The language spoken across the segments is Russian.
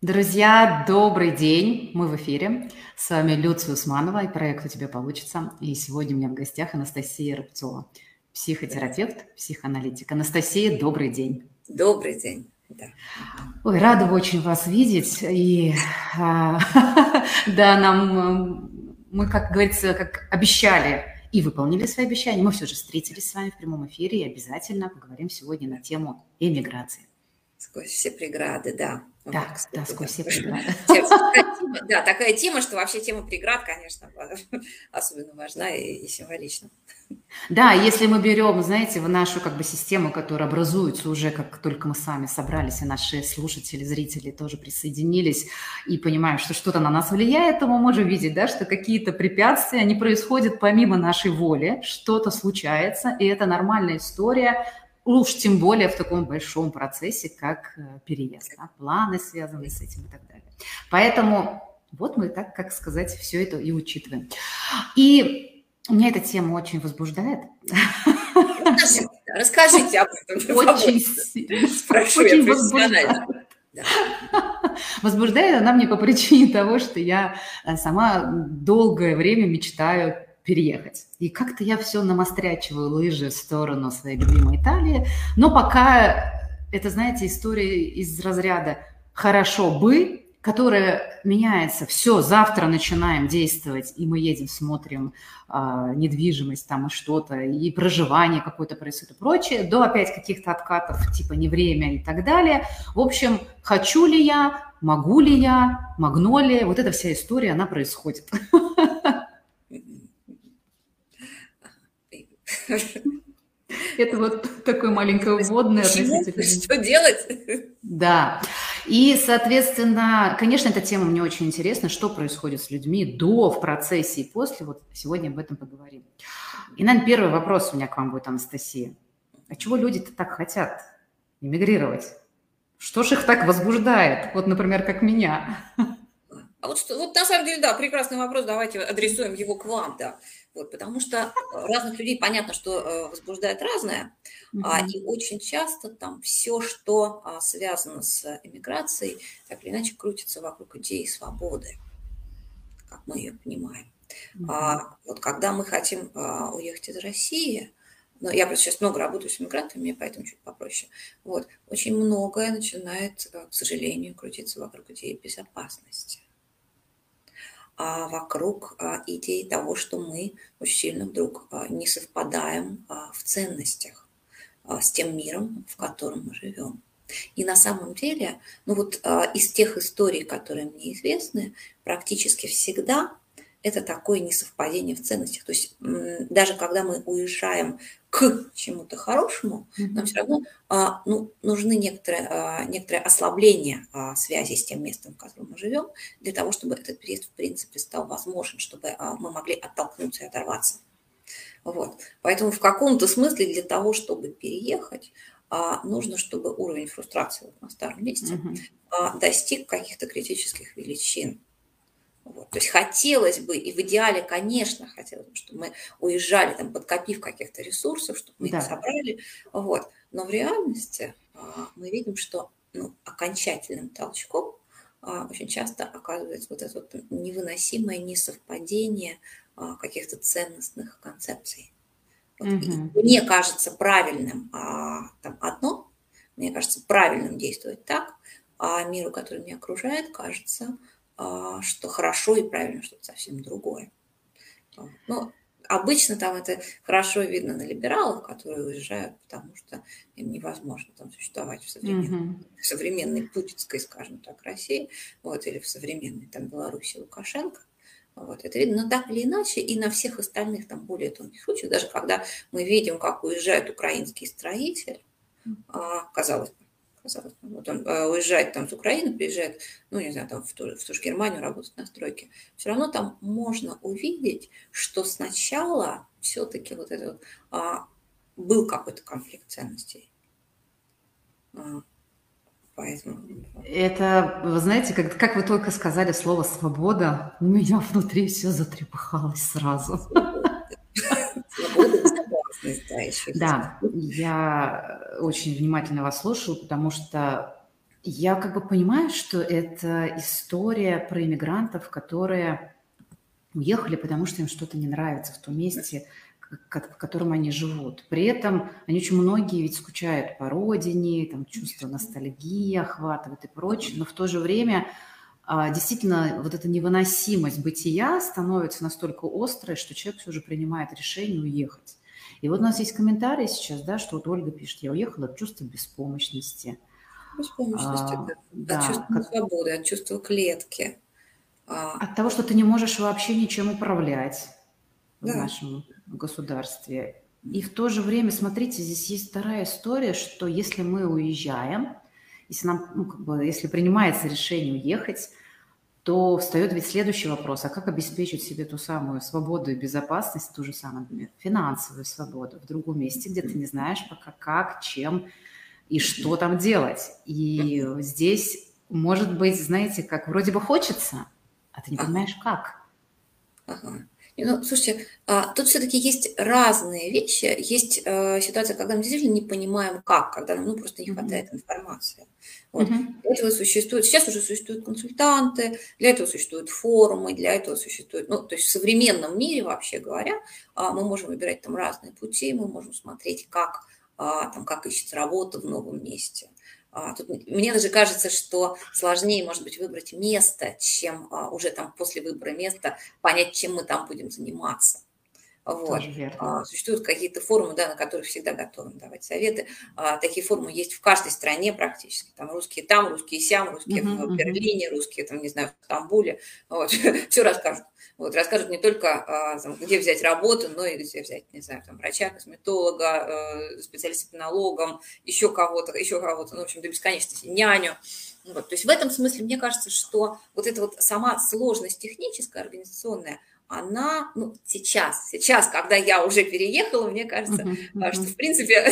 Друзья, добрый день! Мы в эфире. С вами Люция Усманова и проект «У тебя получится». И сегодня у меня в гостях Анастасия Рубцова, психотерапевт, психоаналитик. Анастасия, добрый день! Добрый день, да. Ой, рада очень вас видеть. И да, мы, как говорится, как обещали и выполнили свои обещания. Мы все же встретились с вами в прямом эфире и обязательно поговорим сегодня на тему эмиграции. Сквозь все преграды, да. Да, вот, да, сквозь все преграды. Да, такая тема, что вообще тема преград, конечно, особенно важна и символична. Да, если мы берем, знаете, в нашу как бы систему, которая образуется уже, как только мы сами собрались, и наши слушатели, зрители тоже присоединились, и понимаем, что что-то на нас влияет, то мы можем видеть, да, что какие-то препятствия, они происходят помимо нашей воли, что-то случается, и это нормальная история, уж тем более в таком большом процессе, как переезд, да, планы, связанные с этим и так далее. Поэтому вот мы так, как сказать, все это и учитываем. И меня эта тема очень возбуждает. Расскажите об этом. Очень возбуждает. Возбуждает она мне по причине того, что я сама долгое время мечтаю переехать. И как-то я все намострячиваю лыжи в сторону своей любимой Италии. Но пока это, знаете, история из разряда «хорошо бы», которая меняется. Все, завтра начинаем действовать, и мы едем, смотрим недвижимость там и что-то, и проживание какое-то происходит и прочее, до опять каких-то откатов, типа не время и так далее. В общем, хочу ли я, могу ли я, магнолия, вот эта вся история, она происходит. Это вот такое маленькое вводное относительно. Что делать? Да. И, соответственно, конечно, эта тема мне очень интересна, что происходит с людьми до, в процессе и после. Вот сегодня об этом поговорим. И, наверное, первый вопрос у меня к вам будет, Анастасия. А чего люди-то так хотят эмигрировать? Что ж их так возбуждает? Вот, например, как меня. А вот на самом деле, да, прекрасный вопрос, давайте адресуем его к вам, да. Вот, потому что разных людей понятно, что возбуждает разное, и очень часто там все, что связано с эмиграцией, так или иначе крутится вокруг идеи свободы, как мы ее понимаем. Вот когда мы хотим уехать из России, но я просто сейчас много работаю с иммигрантами, мне поэтому чуть попроще, вот, очень многое начинает, к сожалению, крутиться вокруг идеи безопасности. Вокруг идеи того, что мы очень сильно вдруг не совпадаем в ценностях с тем миром, в котором мы живем. И на самом деле, ну вот из тех историй, которые мне известны, практически всегда это такое несовпадение в ценностях. То есть даже когда мы уезжаем к чему-то хорошему, нам все равно нужны некоторые ослабления связи с тем местом, в котором мы живем, для того, чтобы этот переезд, в принципе, стал возможен, чтобы мы могли оттолкнуться и оторваться. Вот. Поэтому в каком-то смысле для того, чтобы переехать, нужно, чтобы уровень фрустрации на старом месте достиг каких-то критических величин. Вот. То есть хотелось бы, и в идеале, конечно, хотелось бы, чтобы мы уезжали, там, подкопив каких-то ресурсов, чтобы мы их собрали. Вот. Но в реальности мы видим, что окончательным толчком очень часто оказывается вот это вот невыносимое несовпадение каких-то ценностных концепций. Вот. И мне кажется правильным там одно, мне кажется правильным действовать так, а миру, который меня окружает, кажется, что хорошо и правильно что-то совсем другое. Но обычно там это хорошо видно на либералах, которые уезжают, потому что им невозможно там существовать в современной путинской, скажем так, России, вот, или в современной там Беларуси Лукашенко. Вот, это видно, но так или иначе, и на всех остальных там более тонких случаях, даже когда мы видим, как уезжает украинский строитель, казалось бы, вот он уезжает там с Украины, приезжает, ну, не знаю, там в ту же Германию работать на стройке, все равно там можно увидеть, что сначала все-таки вот это был какой-то конфликт ценностей. Поэтому... Это, вы знаете, как вы только сказали слово «свобода», у меня внутри все затрепыхалось сразу. Да, я очень внимательно вас слушаю, потому что Я как бы понимаю, что это история про иммигрантов, которые уехали, потому что им что-то не нравится в том месте, в котором они живут. При этом они очень многие ведь скучают по родине, там чувство ностальгии охватывает и прочее, но в то же время действительно вот эта невыносимость бытия становится настолько острой, что человек все же принимает решение уехать. И вот у нас есть комментарий сейчас, да, что вот Ольга пишет: я уехала от чувства беспомощности. Беспомощности, да. От Да, чувства свободы, от чувства клетки. А, от того, что ты не можешь вообще ничем управлять в да. нашем государстве. И в то же время, смотрите, здесь есть вторая история, что если мы уезжаем, если нам, ну, как бы, если принимается решение уехать, то встает ведь следующий вопрос: а как обеспечить себе ту самую свободу и безопасность, ту же самую, например, финансовую свободу в другом месте, где ты не знаешь пока как, чем и что там делать. И здесь, может быть, знаете, как вроде бы хочется, а ты не Ага. понимаешь как. Ага. Ну, слушайте, тут все-таки есть разные вещи. Есть ситуация, когда мы действительно не понимаем, как, когда нам просто не Мгм. хватает информации. Вот. Мгм. Для этого существуют, сейчас уже существуют консультанты, для этого существуют форумы, для этого существуют, ну, то есть в современном мире, вообще говоря, мы можем выбирать там разные пути, мы можем смотреть, как, как ищется работа в новом месте. Тут мне даже кажется, что сложнее, может быть, выбрать место, чем уже там после выбора места понять, чем мы там будем заниматься. Вот. Тоже верно. Существуют какие-то форумы, да, на которых всегда готовы давать советы. Такие форумы есть в каждой стране практически. Там, русские сям, русские Мгм, в мгм. Берлине, русские, там, не знаю, в Стамбуле. Вот. Все расскажут. Вот. Расскажут не только, где взять работу, но и где взять, не знаю, там, врача, косметолога, специалиста по налогам, еще кого-то, ну, в общем, до бесконечности, няню. Вот. То есть в этом смысле мне кажется, что вот эта вот сама сложность техническая, организационная, она, ну, сейчас, когда я уже переехала, мне кажется, Мгм, что, в мгм. принципе,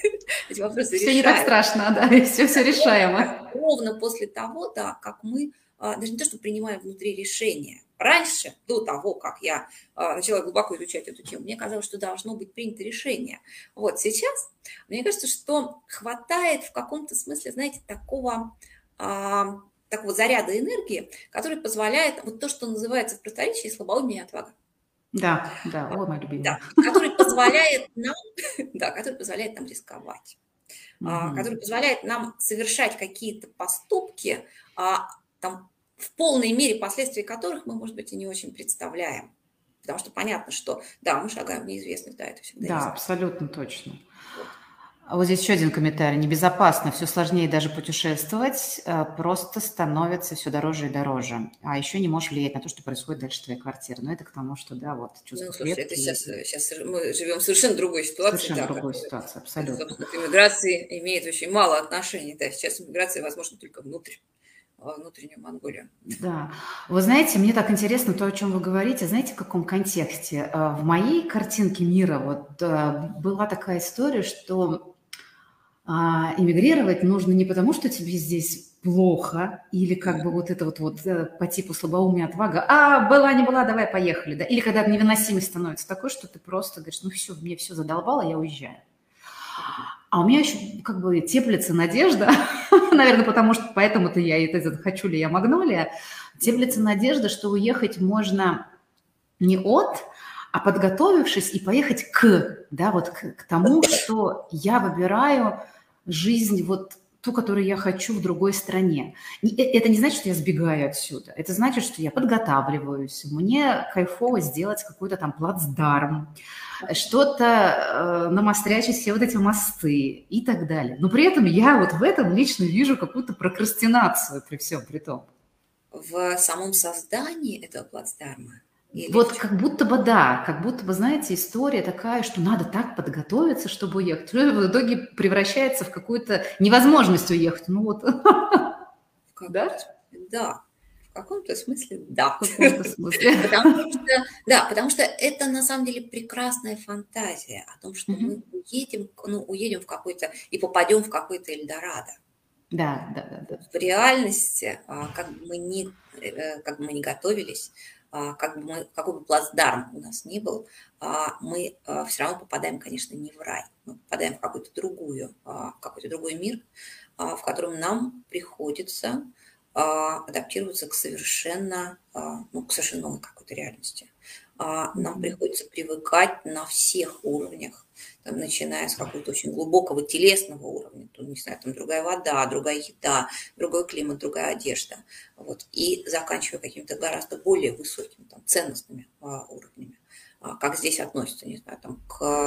эти вопросы Все не так решают. страшно, да, и все решаемо. Ровно после того, да, как мы даже не то, что принимаем внутри решения. Раньше, до того, как я начала глубоко изучать эту тему, мне казалось, что должно быть принято решение. Вот сейчас, мне кажется, что хватает в каком-то смысле, знаете, такого заряда энергии, который позволяет, вот то, что называется в просторечии слабоумие и отвага. Да, да, ой, моя любимая. Да, который позволяет нам, да, который позволяет нам рисковать, который Мгм. позволяет нам совершать какие-то поступки, там, в полной мере последствий которых мы, может быть, и не очень представляем. Потому что понятно, что, да, мы шагаем в неизвестность, да, это всегда Да, риск. абсолютно точно. Вот. А вот здесь еще один комментарий. Небезопасно, все сложнее даже путешествовать, просто становится все дороже и дороже. А еще не можешь влиять на то, что происходит дальше в твоей квартире. Но это к тому, что, да, вот Ну, чувство слушайте, это клетки сейчас мы живем в совершенно другой ситуации, совершенно да, другая которая, ситуация, абсолютно. собственно, к иммиграции имеет очень мало отношений. Да, сейчас иммиграция возможна только внутреннюю Монголию. Да. Вы знаете, мне так интересно то, о чем вы говорите. Знаете, в каком контексте? В моей картинке мира вот была такая история, что эмигрировать нужно не потому, что тебе здесь плохо, или как бы вот это вот по типу слабоумия, отвага, была, не была, давай, поехали, да, или когда невыносимость становится такой, что ты просто говоришь: ну все, мне все задолбало, я уезжаю. А у меня еще как бы теплится надежда, наверное, потому что поэтому-то я и этот «хочу ли я магнолия», теплится надежда, что уехать можно не от, а подготовившись и поехать к, да, вот к тому, что я выбираю жизнь вот ту, которую я хочу в другой стране. Это не значит, что я сбегаю отсюда. Это значит, что я подготавливаюсь. Мне кайфово сделать какой-то там плацдарм, что-то намострячить все вот эти мосты и так далее. Но при этом я вот в этом лично вижу какую-то прокрастинацию при всем при том. В самом создании этого плацдарма или в Вот чем? как будто бы да, как будто бы, знаете, история такая, что надо так подготовиться, чтобы уехать. Что в итоге превращается в какую-то невозможность уехать. Ну вот, В каком-то да, смысле да. В каком-то смысле в да. каком-то смысле. Потому что это на самом деле прекрасная фантазия о том, что мы Мгм. уедем в какой-то и попадем в какой-то Эльдорадо. Да, да, да, да. В реальности, как бы мы ни готовились, какой бы плацдарм у нас ни был, мы все равно попадаем, конечно, не в рай. Мы попадаем в какой-то другой мир, в котором нам приходится адаптироваться к совершенно, к совершенно новой какой-то реальности. Нам приходится привыкать на всех уровнях, там, начиная с какого-то очень глубокого телесного уровня, то, не знаю, там другая вода, другая еда, другой климат, другая одежда, вот, и заканчивая какими-то гораздо более высокими там, ценностными уровнями, как здесь относятся, не знаю, там,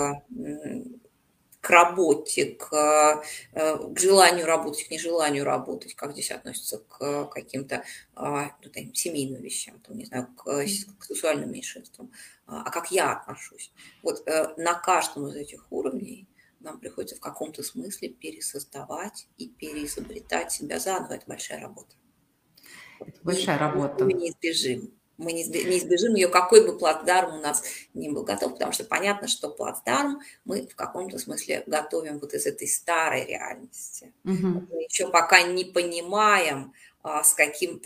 к работе, к желанию работать, к нежеланию работать, как здесь относятся к каким-то семейным вещам, там, не знаю, к сексуальным меньшинствам, а как я отношусь. Вот на каждом из этих уровней нам приходится в каком-то смысле пересоздавать и переизобретать себя заново. Это большая работа. Это большая работа. Мы неизбежим. Мы не избежим ее, какой бы плацдарм у нас ни был готов, потому что понятно, что плацдарм мы в каком-то смысле готовим вот из этой старой реальности. Мы еще пока не понимаем, с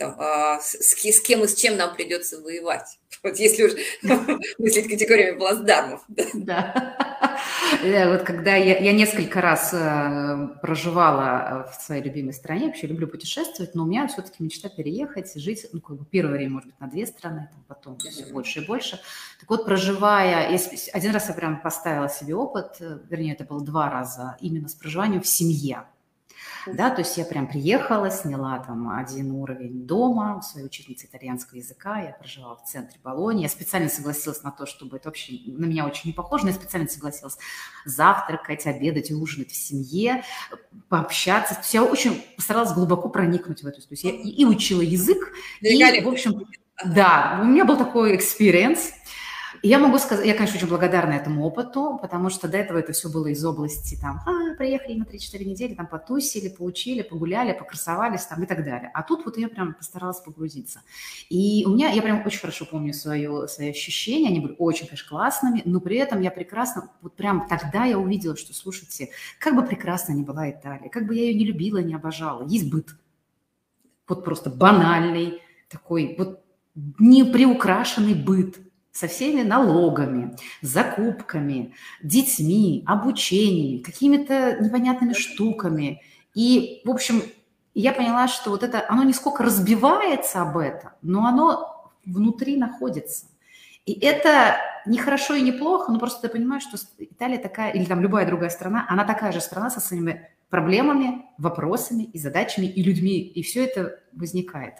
кем и с чем нам придется воевать. Вот если уж мыслить категориями плацдармов. Да. Вот когда я несколько раз проживала в своей любимой стране, вообще люблю путешествовать, но у меня все-таки мечта переехать, жить, первое время, может быть, на 2 страны, потом все больше и больше. Так вот, проживая, один раз я прям поставила себе опыт, вернее, это было 2 раза, именно с проживанием в семье. Да, то есть я прям приехала, сняла там 1 уровень дома у своей ученицы итальянского языка, я проживала в центре Болоньи, я специально согласилась на то, чтобы это вообще на меня очень не похоже, но я специально согласилась завтракать, обедать, ужинать в семье, пообщаться, то есть я очень постаралась глубоко проникнуть в это, то есть я и учила язык, и, в общем, да, у меня был такой экспириенс. Я могу сказать, я, конечно, очень благодарна этому опыту, потому что до этого это все было из области, там, приехали на 3-4 недели, там, потусили, поучили, погуляли, покрасовались, там, и так далее. А тут вот я прям постаралась погрузиться. И я прям очень хорошо помню свои ощущения, они были очень, конечно, классными, но при этом я прекрасно, вот прям тогда я увидела, что, слушайте, как бы прекрасна ни была Италия, как бы я ее не любила, не обожала, есть быт. Вот просто банальный такой, вот неприукрашенный быт, со всеми налогами, закупками, детьми, обучением, какими-то непонятными штуками. И, в общем, я поняла, что вот это, оно не сколько разбивается об этом, но оно внутри находится. И это не хорошо и не плохо, но просто ты понимаешь, что Италия такая, или там любая другая страна, она такая же страна со своими проблемами, вопросами и задачами, и людьми, и все это возникает.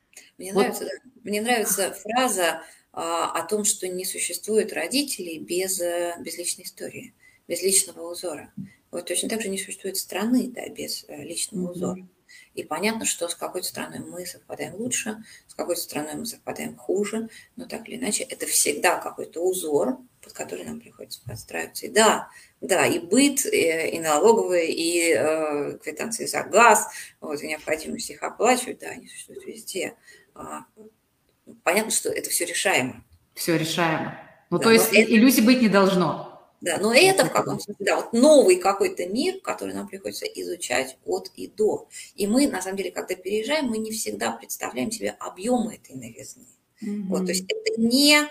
Мне нравится фраза о том, что не существует родителей без личной истории, без личного узора. Вот точно так же не существует страны, да, без личного узора. И понятно, что с какой-то страной мы совпадаем лучше, с какой-то страной мы совпадаем хуже, но так или иначе это всегда какой-то узор, под который нам приходится подстраиваться. И да, и быт, и налоговые, и квитанции за газ, вот, и необходимость их оплачивать, да, они существуют везде. Понятно, что это все решаемо. Все решаемо. То есть иллюзий быть не должно. Да, но это в каком смысле, да, вот новый какой-то мир, который нам приходится изучать от и до. И мы, на самом деле, когда переезжаем, мы не всегда представляем себе объемы этой новизны. Вот, то есть это не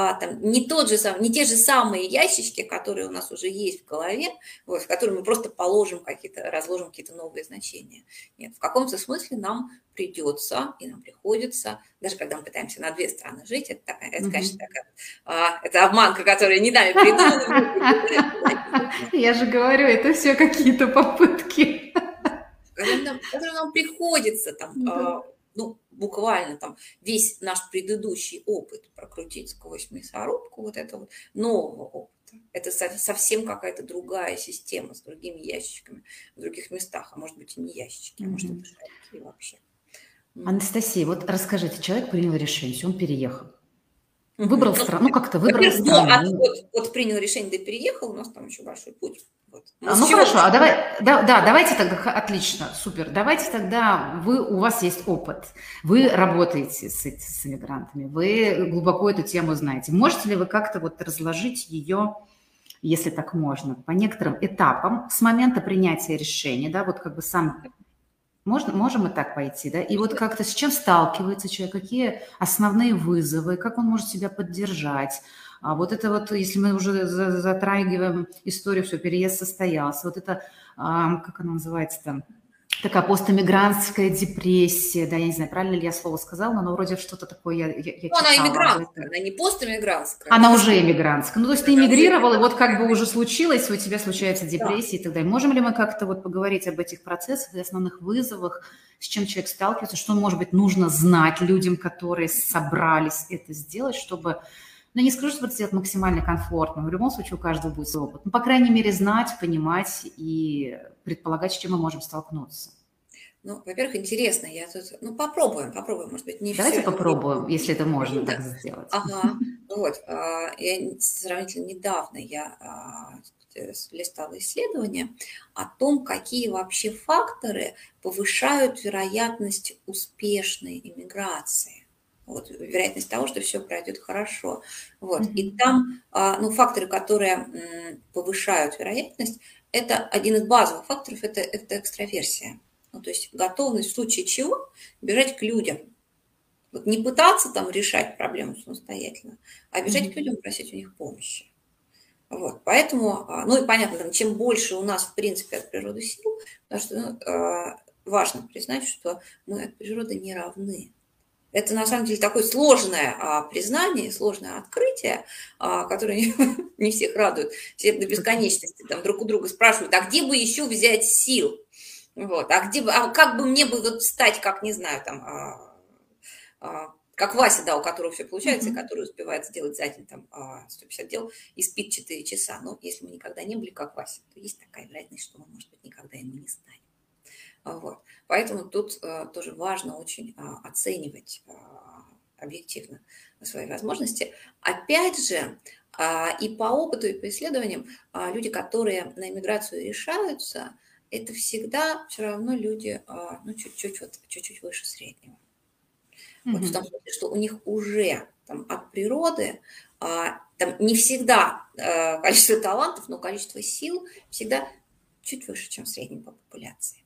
те же самые ящички, которые у нас уже есть в голове, вот, в которые мы просто разложим какие-то новые значения. Нет, в каком-то смысле нам придется и нам приходится, даже когда мы пытаемся на 2 страны жить, это конечно, такая, это обманка, которая не нами придумана. Я же говорю, это все какие-то попытки. Которые нам приходится там... буквально там весь наш предыдущий опыт прокрутить сквозь мясорубку, вот это вот нового опыта. Это совсем какая-то другая система с другими ящичками в других местах, а может быть и не ящички, а может это шарики вообще. Анастасия, вот расскажите, человек принял решение, он переехал. Выбрал страну, как-то выбрал страну. Вот принял решение, да переехал, у нас там еще большой путь. Вот. Хорошо, давайте тогда, отлично, супер, давайте тогда, у вас есть опыт, вы работаете с иммигрантами, вы глубоко эту тему знаете. Можете ли вы как-то вот разложить ее, если так можно, по некоторым этапам с момента принятия решения, да, вот как бы сам... Можем и так пойти, да? И вот как-то с чем сталкивается человек, какие основные вызовы, как он может себя поддержать. А вот это вот, если мы уже затрагиваем историю, все, переезд состоялся, вот это, как она называется там, такая постэмигрантская депрессия, да, я не знаю, правильно ли я слово сказала, но вроде что-то такое я Ну, она читала об иммигрантская, этом. она не постэмигрантская. Она уже иммигрантская. Ну, то есть ты Она уже эмигрировал, и вот как бы иммигрантская. уже случилось, у тебя случается Да. депрессия и так далее. Можем ли мы как-то вот поговорить об этих процессах и основных вызовах, с чем человек сталкивается, что, может быть, нужно знать людям, которые собрались это сделать, чтобы, ну, не скажу, чтобы это сделать максимально комфортно, в любом случае у каждого будет свой опыт. Ну, по крайней мере, знать, понимать и предполагать, с чем мы можем столкнуться. Ну, во-первых, интересно, я тут, ну, попробуем, может быть, не Давайте все. попробуем, если это можно Да. так сделать. Ага, вот, я сравнительно недавно листала исследования о том, какие вообще факторы повышают вероятность успешной иммиграции. Вот, вероятность того, что все пройдет хорошо. Вот. И там, ну, факторы, которые повышают вероятность, это один из базовых факторов, это экстраверсия. Ну, то есть готовность в случае чего бежать к людям. Вот не пытаться там решать проблему самостоятельно, а бежать к людям, просить у них помощи. Вот, поэтому, ну и понятно, там, чем больше у нас, в принципе, от природы сил, потому что важно признать, что мы от природы не равны. Это, на самом деле, такое сложное признание, сложное открытие, которое не всех радует. Все до бесконечности там друг у друга спрашивают, а где бы еще взять сил? Вот, как бы мне бы вот стать, как, не знаю, там... как Вася, да, у которого все получается, и который успевает сделать за день там 150 дел и спит 4 часа. Но если мы никогда не были как Вася, то есть такая вероятность, что мы, может быть, никогда им и не станем. Вот. Поэтому тут тоже важно очень оценивать объективно свои возможности. Опять же, и по опыту, и по исследованиям, люди, которые на иммиграцию решаются, это всегда все равно люди ну, чуть-чуть выше среднего. Вот в том смысле, что у них уже там, от природы там, не всегда количество талантов, но количество сил всегда чуть выше, чем в среднем по популяции.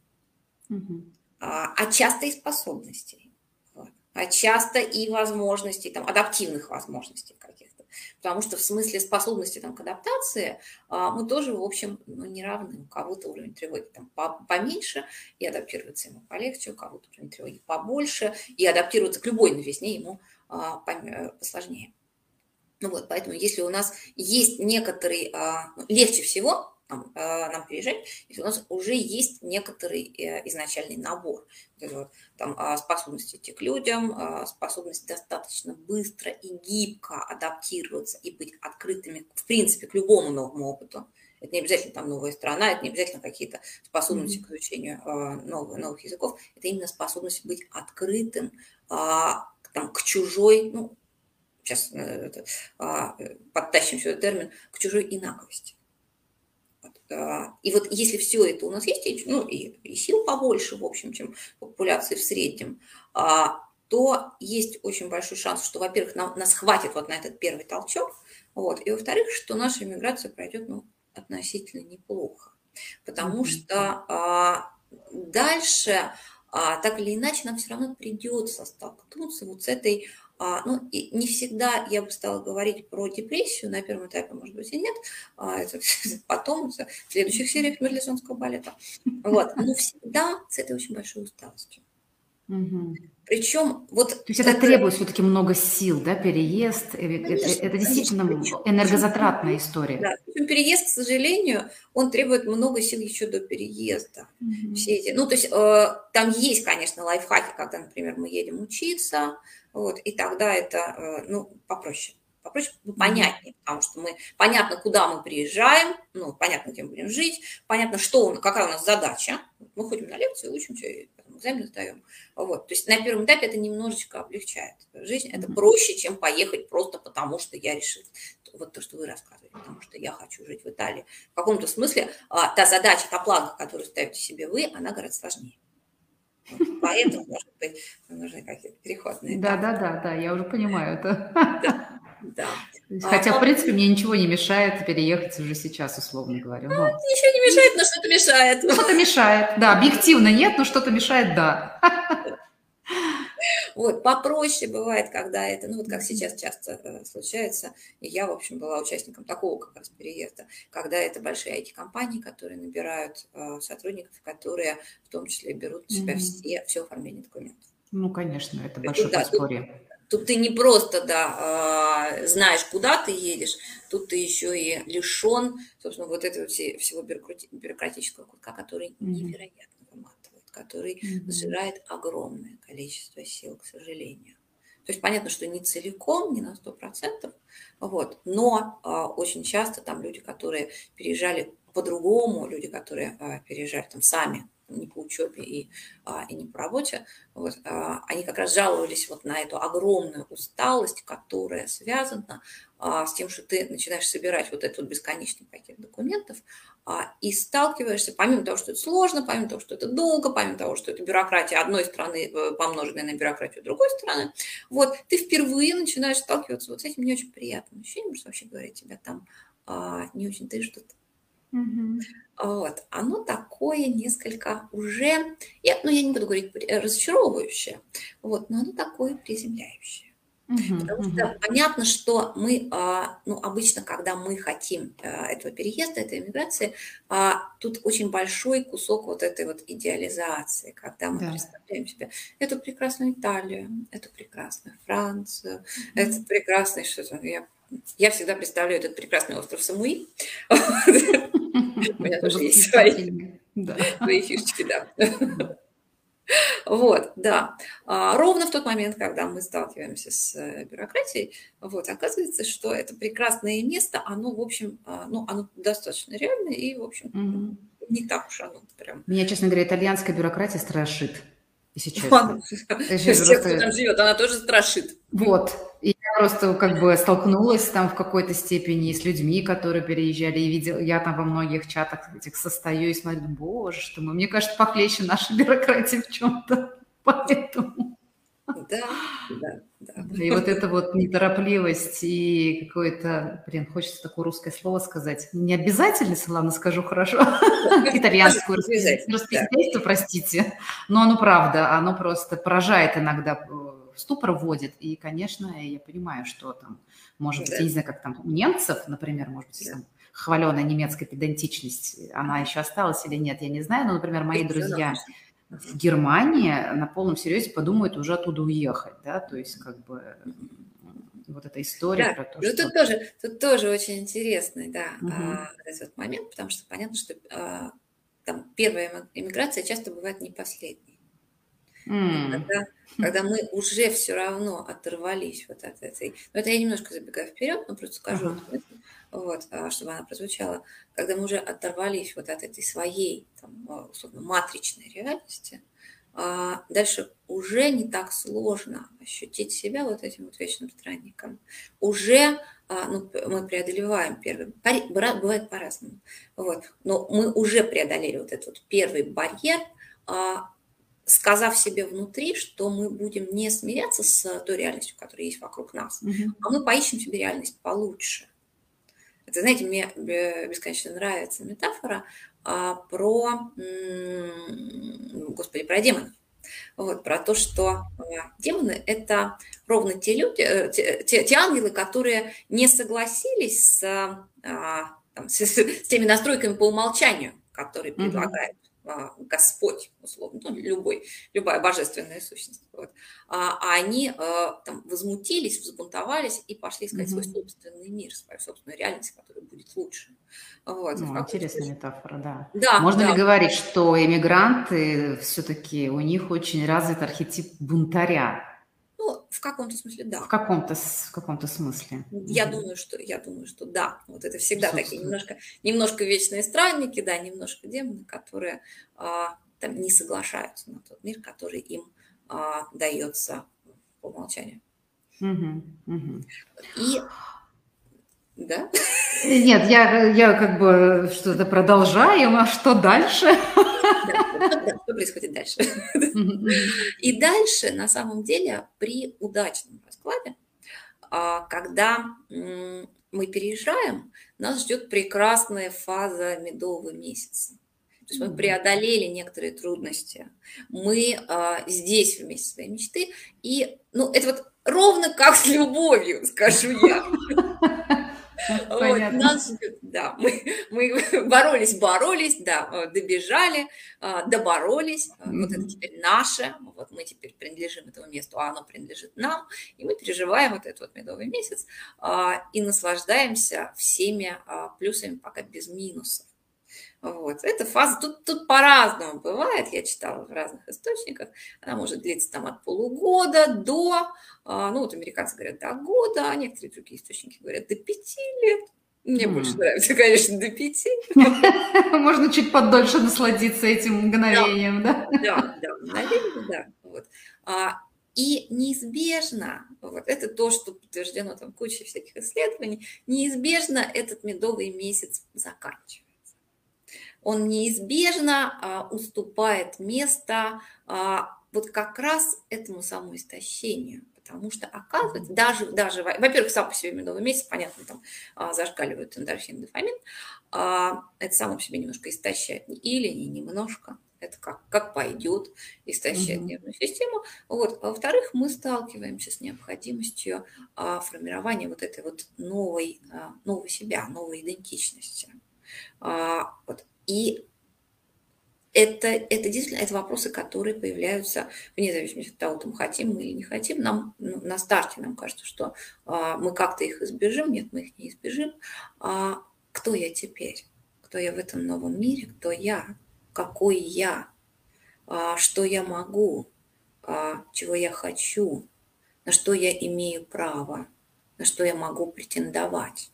А часто и способностей. Вот. А часто и возможностей, там, адаптивных возможностей каких-то. Потому что в смысле способности там, к адаптации мы тоже, в общем, ну, не равны. У кого-то уровень тревоги там, поменьше, и адаптироваться ему полегче, у кого-то уровень тревоги побольше, и адаптироваться к любой новизне ему посложнее. Ну вот, поэтому если у нас есть некоторый, легче всего нам переезжать, если у нас уже есть некоторый изначальный набор. Там, способность идти к людям, способность достаточно быстро и гибко адаптироваться и быть открытыми, в принципе, к любому новому опыту. Это не обязательно там новая страна, это не обязательно какие-то способности к изучению новых языков. Это именно способность быть открытым там, к чужой, ну, сейчас подтащим сюда термин, к чужой инаковости. И вот если все это у нас есть, ну и сил побольше, в общем, чем популяции в среднем, то есть очень большой шанс, что, во-первых, нас хватит вот на этот первый толчок, вот, и, во-вторых, что наша иммиграция пройдет, ну, относительно неплохо. Потому что дальше, так или иначе, нам все равно придется столкнуться вот с этой... Ну, и не всегда я бы стала говорить про депрессию, на первом этапе, может быть, и нет, это потом, в следующих сериях Мерлезонского балета, вот, но всегда с этой очень большой усталостью. Причем вот... То есть это требует все-таки много сил, да, переезд, конечно, это действительно энергозатратная история. Да, переезд, к сожалению, он требует много сил еще до переезда. Все эти, ну, то есть там есть, конечно, лайфхаки, когда, например, мы едем учиться, вот, и тогда это, ну, попроще, понятнее, потому что понятно, куда мы приезжаем, ну, понятно, где мы будем жить, понятно, какая у нас задача. Мы ходим на лекцию, учимся, и экзамен сдаем. Вот. То есть на первом этапе это немножечко облегчает жизнь. Это проще, чем поехать просто потому, что я решил. Вот то, что вы рассказываете, потому что я хочу жить в Италии. В каком-то смысле та задача, та планка, которую ставите себе вы, она гораздо сложнее. Вот. Поэтому, может быть, нужны какие-то переходные этапы. Да, я уже понимаю это. Да. Хотя, в принципе, мне ничего не мешает переехать уже сейчас, условно говоря. Ничего не мешает, но что-то мешает. Что-то мешает, да. Объективно нет, но что-то мешает, да. Вот, попроще бывает, когда это, ну вот как сейчас часто случается, и я, в общем, была участником такого как раз переезда, когда это большие IT-компании, которые набирают сотрудников, которые в том числе берут на себя Мгм. все оформление документов. Ну, конечно, это То есть большое тут, да, подспорье. тут ты не просто, да, знаешь, куда ты едешь, тут ты еще и лишен, собственно, вот этого всего бюрократического курка, который Мгм. невероятно выматывает, который Мгм. сжирает огромное количество сил, к сожалению. То есть понятно, что не целиком, не на 100%, вот, но очень часто там люди, которые переезжали по-другому, люди, которые переезжали там сами, не по учебе и не по работе, вот, они как раз жаловались вот на эту огромную усталость, которая связана с тем, что ты начинаешь собирать вот этот вот бесконечный пакет документов и сталкиваешься, помимо того, что это сложно, помимо того, что это долго, помимо того, что это бюрократия одной страны, помноженная на бюрократию другой страны, вот, ты впервые начинаешь сталкиваться вот с этим не очень приятным ощущением, что вообще говоря, тебя там не очень-то и ждут. Мгм. Вот. Оно такое несколько уже, я не буду говорить разочаровывающее, вот, но оно такое приземляющее. Мгм. Потому Мгм. что понятно, что мы, ну, обычно, когда мы хотим этого переезда, этой эмиграции, тут очень большой кусок вот этой вот идеализации, когда мы Да. представляем себе эту прекрасную Италию, эту прекрасную Францию, этот Мгм. прекрасный, что там, я всегда представляю этот прекрасный остров Самуи. У меня тоже есть Восхитительно. Да. свои фишечки, да. Да. Вот, да. Ровно в тот момент, когда мы сталкиваемся с бюрократией, вот, оказывается, что это прекрасное место, оно, в общем, ну, оно достаточно реальное и, в общем, Мгм. не так уж оно прям. Меня, честно говоря, итальянская бюрократия страшит, если честно. Ладно, Я всех, кто там просто живет, она тоже страшит. вот. И я просто как бы столкнулась там в какой-то степени с людьми, которые переезжали, и видела, я там во многих чатах этих состою и смотрю, боже что мой, мне кажется, похлеще наша бюрократия в чем-то. Поэтому Да, да, да. да, и вот эта вот неторопливость и какое-то, блин, хочется такое русское слово сказать, не обязательность, ладно, скажу хорошо, Тоже итальянскую обязательно, да. распиздяйство, простите, но оно правда, оно просто поражает иногда, в ступор вводит, и, конечно, я понимаю, что там, может быть, Да, я не знаю, как там у немцев, например, может быть, да. там хваленая немецкая педантичность, она еще осталась или нет, я не знаю, но, например, мои Еще она друзья может. в Ага. Германии на полном серьезе подумают уже оттуда уехать, да, то есть как бы вот эта история Да, про то, ну что... тут тоже очень интересный, да, Мгм. вот этот вот момент, потому что понятно, что там первая иммиграция часто бывает не последней. И М. когда мы уже все равно оторвались вот от этой, ну, это я немножко забегаю вперед, но просто скажу Ага. эту мысль, вот, чтобы она прозвучала. Когда мы уже оторвались вот от этой своей, там, условно, матричной реальности, дальше уже не так сложно ощутить себя вот этим вот вечным странником. Уже, ну, мы преодолеваем первый, бывает по-разному, вот, но мы уже преодолели вот этот вот первый барьер, а, сказав себе внутри, что мы будем не смиряться с той реальностью, которая есть вокруг нас, Мгм. а мы поищем себе реальность получше. Это, знаете, мне бесконечно нравится метафора про, господи, про демонов. Вот, про то, что демоны – это ровно те люди, те ангелы, которые не согласились с теми настройками по умолчанию, которые Мгм. предлагает Господь, условно, ну, любая божественная сущность. Вот. Они там возмутились, взбунтовались и пошли искать свой Мгм. собственный мир, свою собственную реальность, которая будет лучше. Вот. И в Ну, каком-то интересная смысле. метафора, да. Да, Можно ли да. говорить, что иммигранты все-таки у них очень развит архетип бунтаря Ну, в каком-то смысле в да. каком-то смысле? Я Мгм. думаю, что да. Вот это всегда такие Присутствует. немножко вечные странники, да, немножко демоны, которые там не соглашаются на тот мир, который им дается по умолчанию. Мгм. Мгм. И да, Нет, я как бы что-то продолжаю, а что дальше? что происходит дальше? Мгм. Мгм. И дальше, на самом деле, при удачном раскладе, когда мы переезжаем, нас ждет прекрасная фаза медового месяца. То есть мы преодолели некоторые трудности. Мы здесь вместе своей мечты. И, ну, это вот ровно как с любовью, скажу я. Вот, Понятно. да, мы боролись, да, добежали, доборолись. Вот это теперь наше, вот мы теперь принадлежим этому месту, а оно принадлежит нам. И мы переживаем вот этот вот медовый месяц и наслаждаемся всеми плюсами, пока без минусов. Вот. Эта фаза, тут по-разному бывает, я читала в разных источниках, она может длиться там от полугода до, ну вот американцы говорят до года, а некоторые другие источники говорят до 5 лет. Мне больше нравится, конечно, до 5. Можно чуть подольше насладиться этим мгновением, да? Да, мгновение, да. Вот. И неизбежно, вот это то, что подтверждено там кучей всяких исследований, неизбежно этот медовый месяц заканчивается. Он неизбежно уступает место вот как раз этому самоистощению. Потому что, оказывается, даже во-первых, сам по себе медовый месяц, понятно, там зашкаливают эндорфин, дофамин, это само по себе немножко истощает, или не немножко, это как пойдет, истощает нервную систему. Вот. А во-вторых, мы сталкиваемся с необходимостью формирования вот этой вот новой себя, новой идентичности. Вот. И это действительно это вопросы, которые появляются вне зависимости от того, мы хотим мы или не хотим. Нам на старте нам кажется, что мы как-то их избежим. Нет, мы их не избежим. Кто я теперь? Кто я в этом новом мире? Кто я? Какой я? Что я могу? Чего я хочу? На что я имею право? На что я могу претендовать?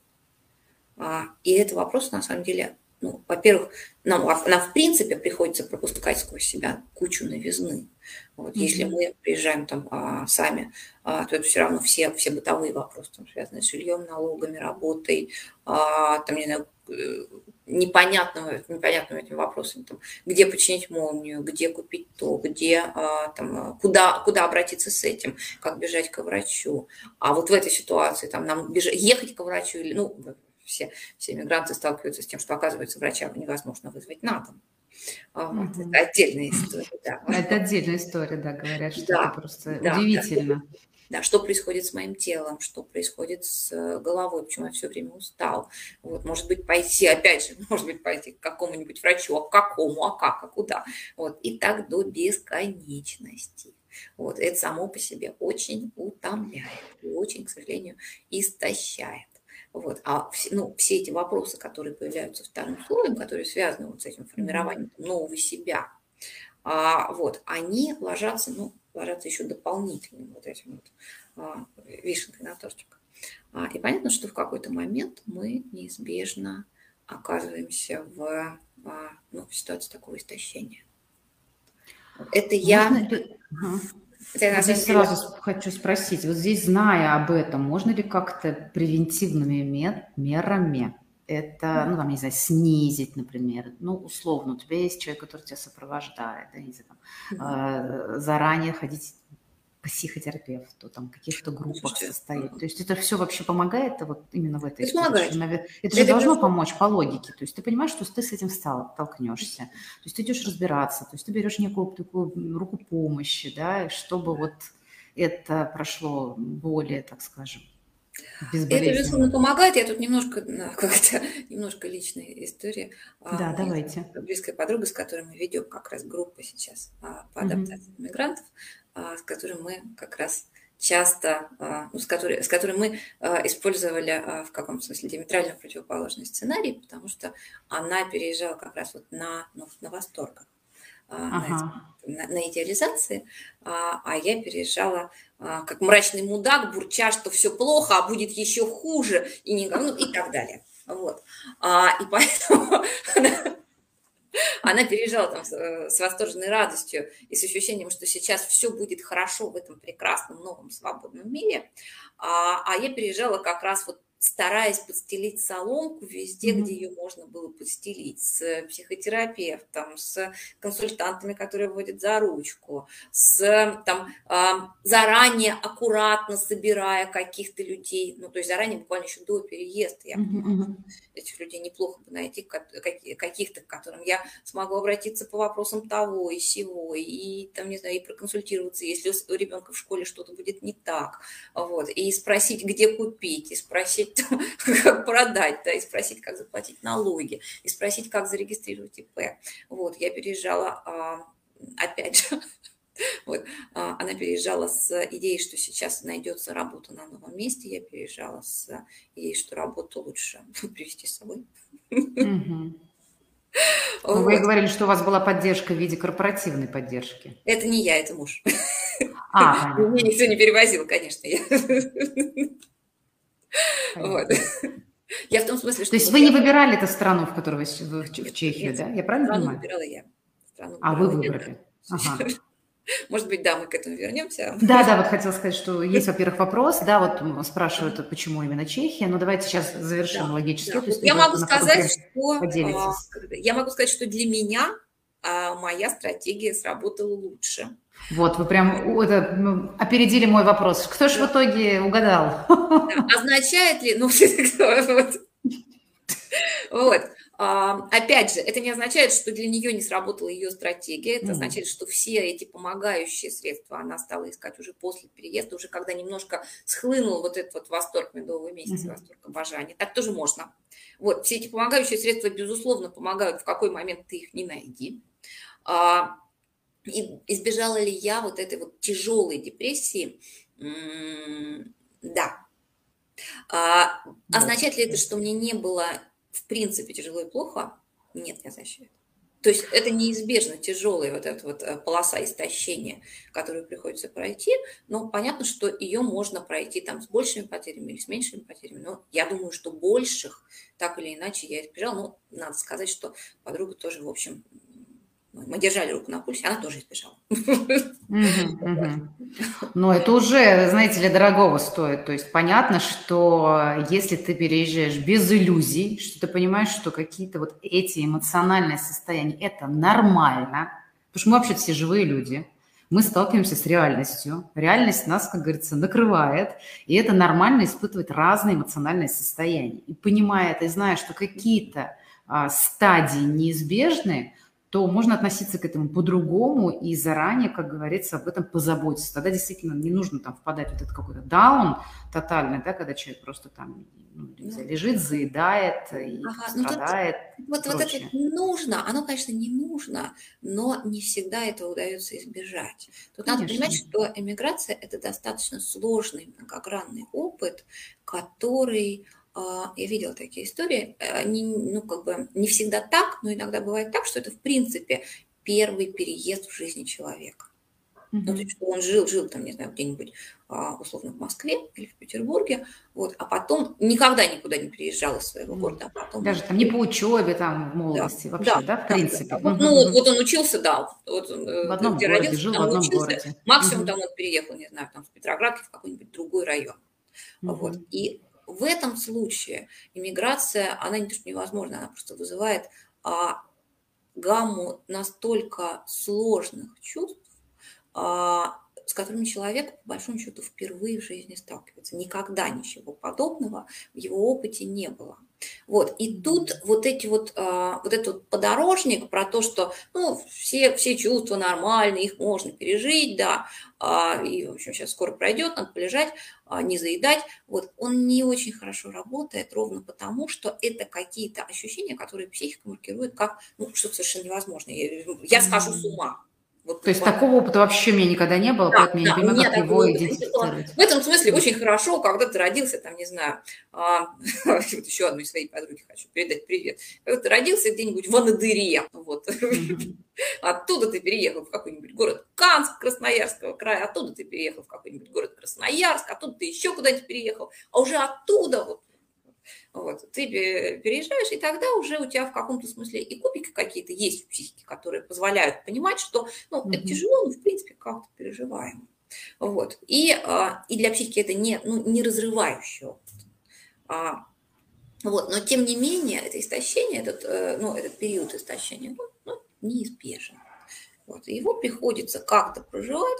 И это вопрос, на самом деле, ну, во-первых, нам в принципе приходится пропускать сквозь себя кучу новизны. Вот, если мы приезжаем там сами, то это все равно все бытовые вопросы, там, связанные с жильем, налогами, работой, там, не знаю, непонятными этими вопросами, там, где починить молнию, где купить то, где там, куда обратиться с этим, как бежать к врачу. А вот в этой ситуации там, нам ехать к врачу или, ну, все мигранты сталкиваются с тем, что, оказывается, врача невозможно вызвать на дом. Вот. Это отдельная история. Да. Это отдельная история, да, говорят, что это просто удивительно. Да, что происходит с моим телом, что происходит с головой, почему я все время устал. Вот, может быть, пойти к какому-нибудь врачу, а к какому, а как, а куда. Вот, и так до бесконечности. Вот, это само по себе очень утомляет и очень, к сожалению, истощает. Вот. Все эти вопросы, которые появляются вторым слоем, которые связаны вот с этим формированием нового себя, вот, они ложатся еще дополнительным вот этим вот вишенкой на тортик. И понятно, что в какой-то момент мы неизбежно оказываемся в ситуации такого истощения. Это я... Здесь сразу хочу спросить, вот здесь, зная об этом, можно ли как-то превентивными мерами это, ну, там, не знаю, снизить, например, ну, условно, у тебя есть человек, который тебя сопровождает, да, не знаю, заранее ходить к психотерапевту, там, в каких-то группах состоит. То есть это все вообще помогает вот именно в этой истории? Это же должно помочь по логике. То есть ты понимаешь, что ты с этим столкнешься. То есть ты идешь разбираться, то есть ты берешь некую такую руку помощи, да, чтобы вот это прошло более, так скажем, безболезненно. Это, безусловно, помогает. Я тут немножко личная история. Да, давайте. Близкая подруга, с которой мы ведем как раз группу сейчас по адаптации мигрантов, с которой мы как раз часто, с которой мы использовали в каком-то смысле диаметрально противоположный сценарий, потому что она переезжала как раз вот на восторгах. На идеализации, а я переезжала как мрачный мудак, бурча, что все плохо, а будет еще хуже, и так далее. Вот. И поэтому она переезжала там с восторженной радостью и с ощущением, что сейчас все будет хорошо в этом прекрасном, новом, свободном мире. А я переезжала как раз вот стараясь подстелить соломку везде, где ее можно было подстелить, с психотерапевтом, с консультантами, которые водят за ручку, с там, заранее аккуратно собирая каких-то людей, ну, то есть заранее, буквально еще до переезда, я понимала, что этих людей неплохо бы найти, каких-то, к которым я смогу обратиться по вопросам того и сего, и там, не знаю, и проконсультироваться, если у ребенка в школе что-то будет не так, вот, и спросить, где купить, и спросить, как продать, да, и спросить, как заплатить налоги, и спросить, как зарегистрировать ИП. Вот, я переезжала, опять же, вот, она переезжала с идеей, что сейчас найдется работа на новом месте, я переезжала с идеей, что работу лучше привезти с собой. Но вы говорили, что у вас была поддержка в виде корпоративной поддержки. Это не я, это муж. Понятно. Меня никто не перевозил, конечно. Вот. Я в том смысле, что... То есть вы не выбирали эту страну, в которую вы в Чехию, да? Я правильно понимаю? Страну выбирала я. Вы выбрали. Может быть, да, мы к этому вернемся. Да, вот хотела сказать, что есть, во-первых, вопрос, да, вот спрашивают, почему именно Чехия, но давайте сейчас завершим логически. Да. Я могу сказать, что для меня моя стратегия сработала лучше. Вот, вы прям опередили мой вопрос. Кто ж в итоге угадал? Означает ли, вот. Опять же, это не означает, что для нее не сработала ее стратегия, это означает, что все эти помогающие средства она стала искать уже после переезда, уже когда немножко схлынул вот этот вот восторг медового месяца, восторг обожания. Так тоже можно. Вот, все эти помогающие средства, безусловно, помогают, в какой момент ты их не найди. И избежала ли я вот этой вот тяжелой депрессии? Да. Означает ли это, что мне не было в принципе тяжело и плохо? Нет, не означает. То есть это неизбежно тяжелая вот эта вот полоса истощения, которую приходится пройти, но понятно, что ее можно пройти там с большими потерями или с меньшими потерями, но я думаю, что больших так или иначе я избежала. Ну, надо сказать, что подруга тоже, в общем, мы держали руку на пульсе, она тоже избежала. Но это уже, знаете ли, дорогого стоит. То есть понятно, что если ты переезжаешь без иллюзий, что ты понимаешь, что какие-то вот эти эмоциональные состояния – это нормально, потому что мы вообще все живые люди, мы сталкиваемся с реальностью, реальность нас, как говорится, накрывает, и это нормально испытывать разные эмоциональные состояния. И понимая это, и зная, что какие-то стадии неизбежны, то можно относиться к этому по-другому и заранее, как говорится, об этом позаботиться. Тогда действительно не нужно там впадать в вот этот какой-то даун тотальный, да, когда человек просто там лежит, заедает и страдает. Вот это нужно, оно, конечно, не нужно, но не всегда этого удается избежать. Тут надо понимать, что эмиграция – это достаточно сложный, многогранный опыт, который... Я видела такие истории, не всегда так, но иногда бывает так, что это, в принципе, первый переезд в жизни человека. Ну, то есть, что он жил там, не знаю, где-нибудь, условно, в Москве или в Петербурге, вот, а потом никогда никуда не переезжал из своего города. А потом... Даже там не по учебе, там, в молодости вообще, да, в принципе. Да. Вот он учился, да, вот он, в одном где городе, родился, жил в одном городе. Максимум там он переехал, не знаю, там в Петроградке, в какой-нибудь другой район. Вот, и в этом случае иммиграция, она не то что невозможна, она просто вызывает гамму настолько сложных чувств, с которыми человек, по большому счету, впервые в жизни сталкивается. Никогда ничего подобного в его опыте не было. Вот. И тут вот этот подорожник про то, что все чувства нормальные, их можно пережить, да, и, в общем, сейчас скоро пройдет, надо полежать, не заедать, вот, он не очень хорошо работает ровно потому, что это какие-то ощущения, которые психика маркирует как, что-то совершенно невозможное. Я схожу с ума. Вот, то есть такого опыта вообще у меня никогда не было, поэтому я не понимаю, как его идентифицировать. В этом смысле очень хорошо, когда ты родился, там, не знаю, еще одной своей подруге хочу передать привет. Когда ты родился где-нибудь в Анадыре, вот. Оттуда ты переехал в какой-нибудь город Канск Красноярского края, оттуда ты переехал в какой-нибудь город Красноярск, оттуда ты еще куда-нибудь переехал, а уже оттуда вот, ты переезжаешь, и тогда уже у тебя в каком-то смысле и кубики какие-то есть в психике, которые позволяют понимать, что это тяжело, но в принципе как-то переживаемо. Вот. И для психики это не разрывающий опыт. А, вот, но тем не менее, это истощение, этот период истощения, неизбежен. Вот, его приходится как-то проживать.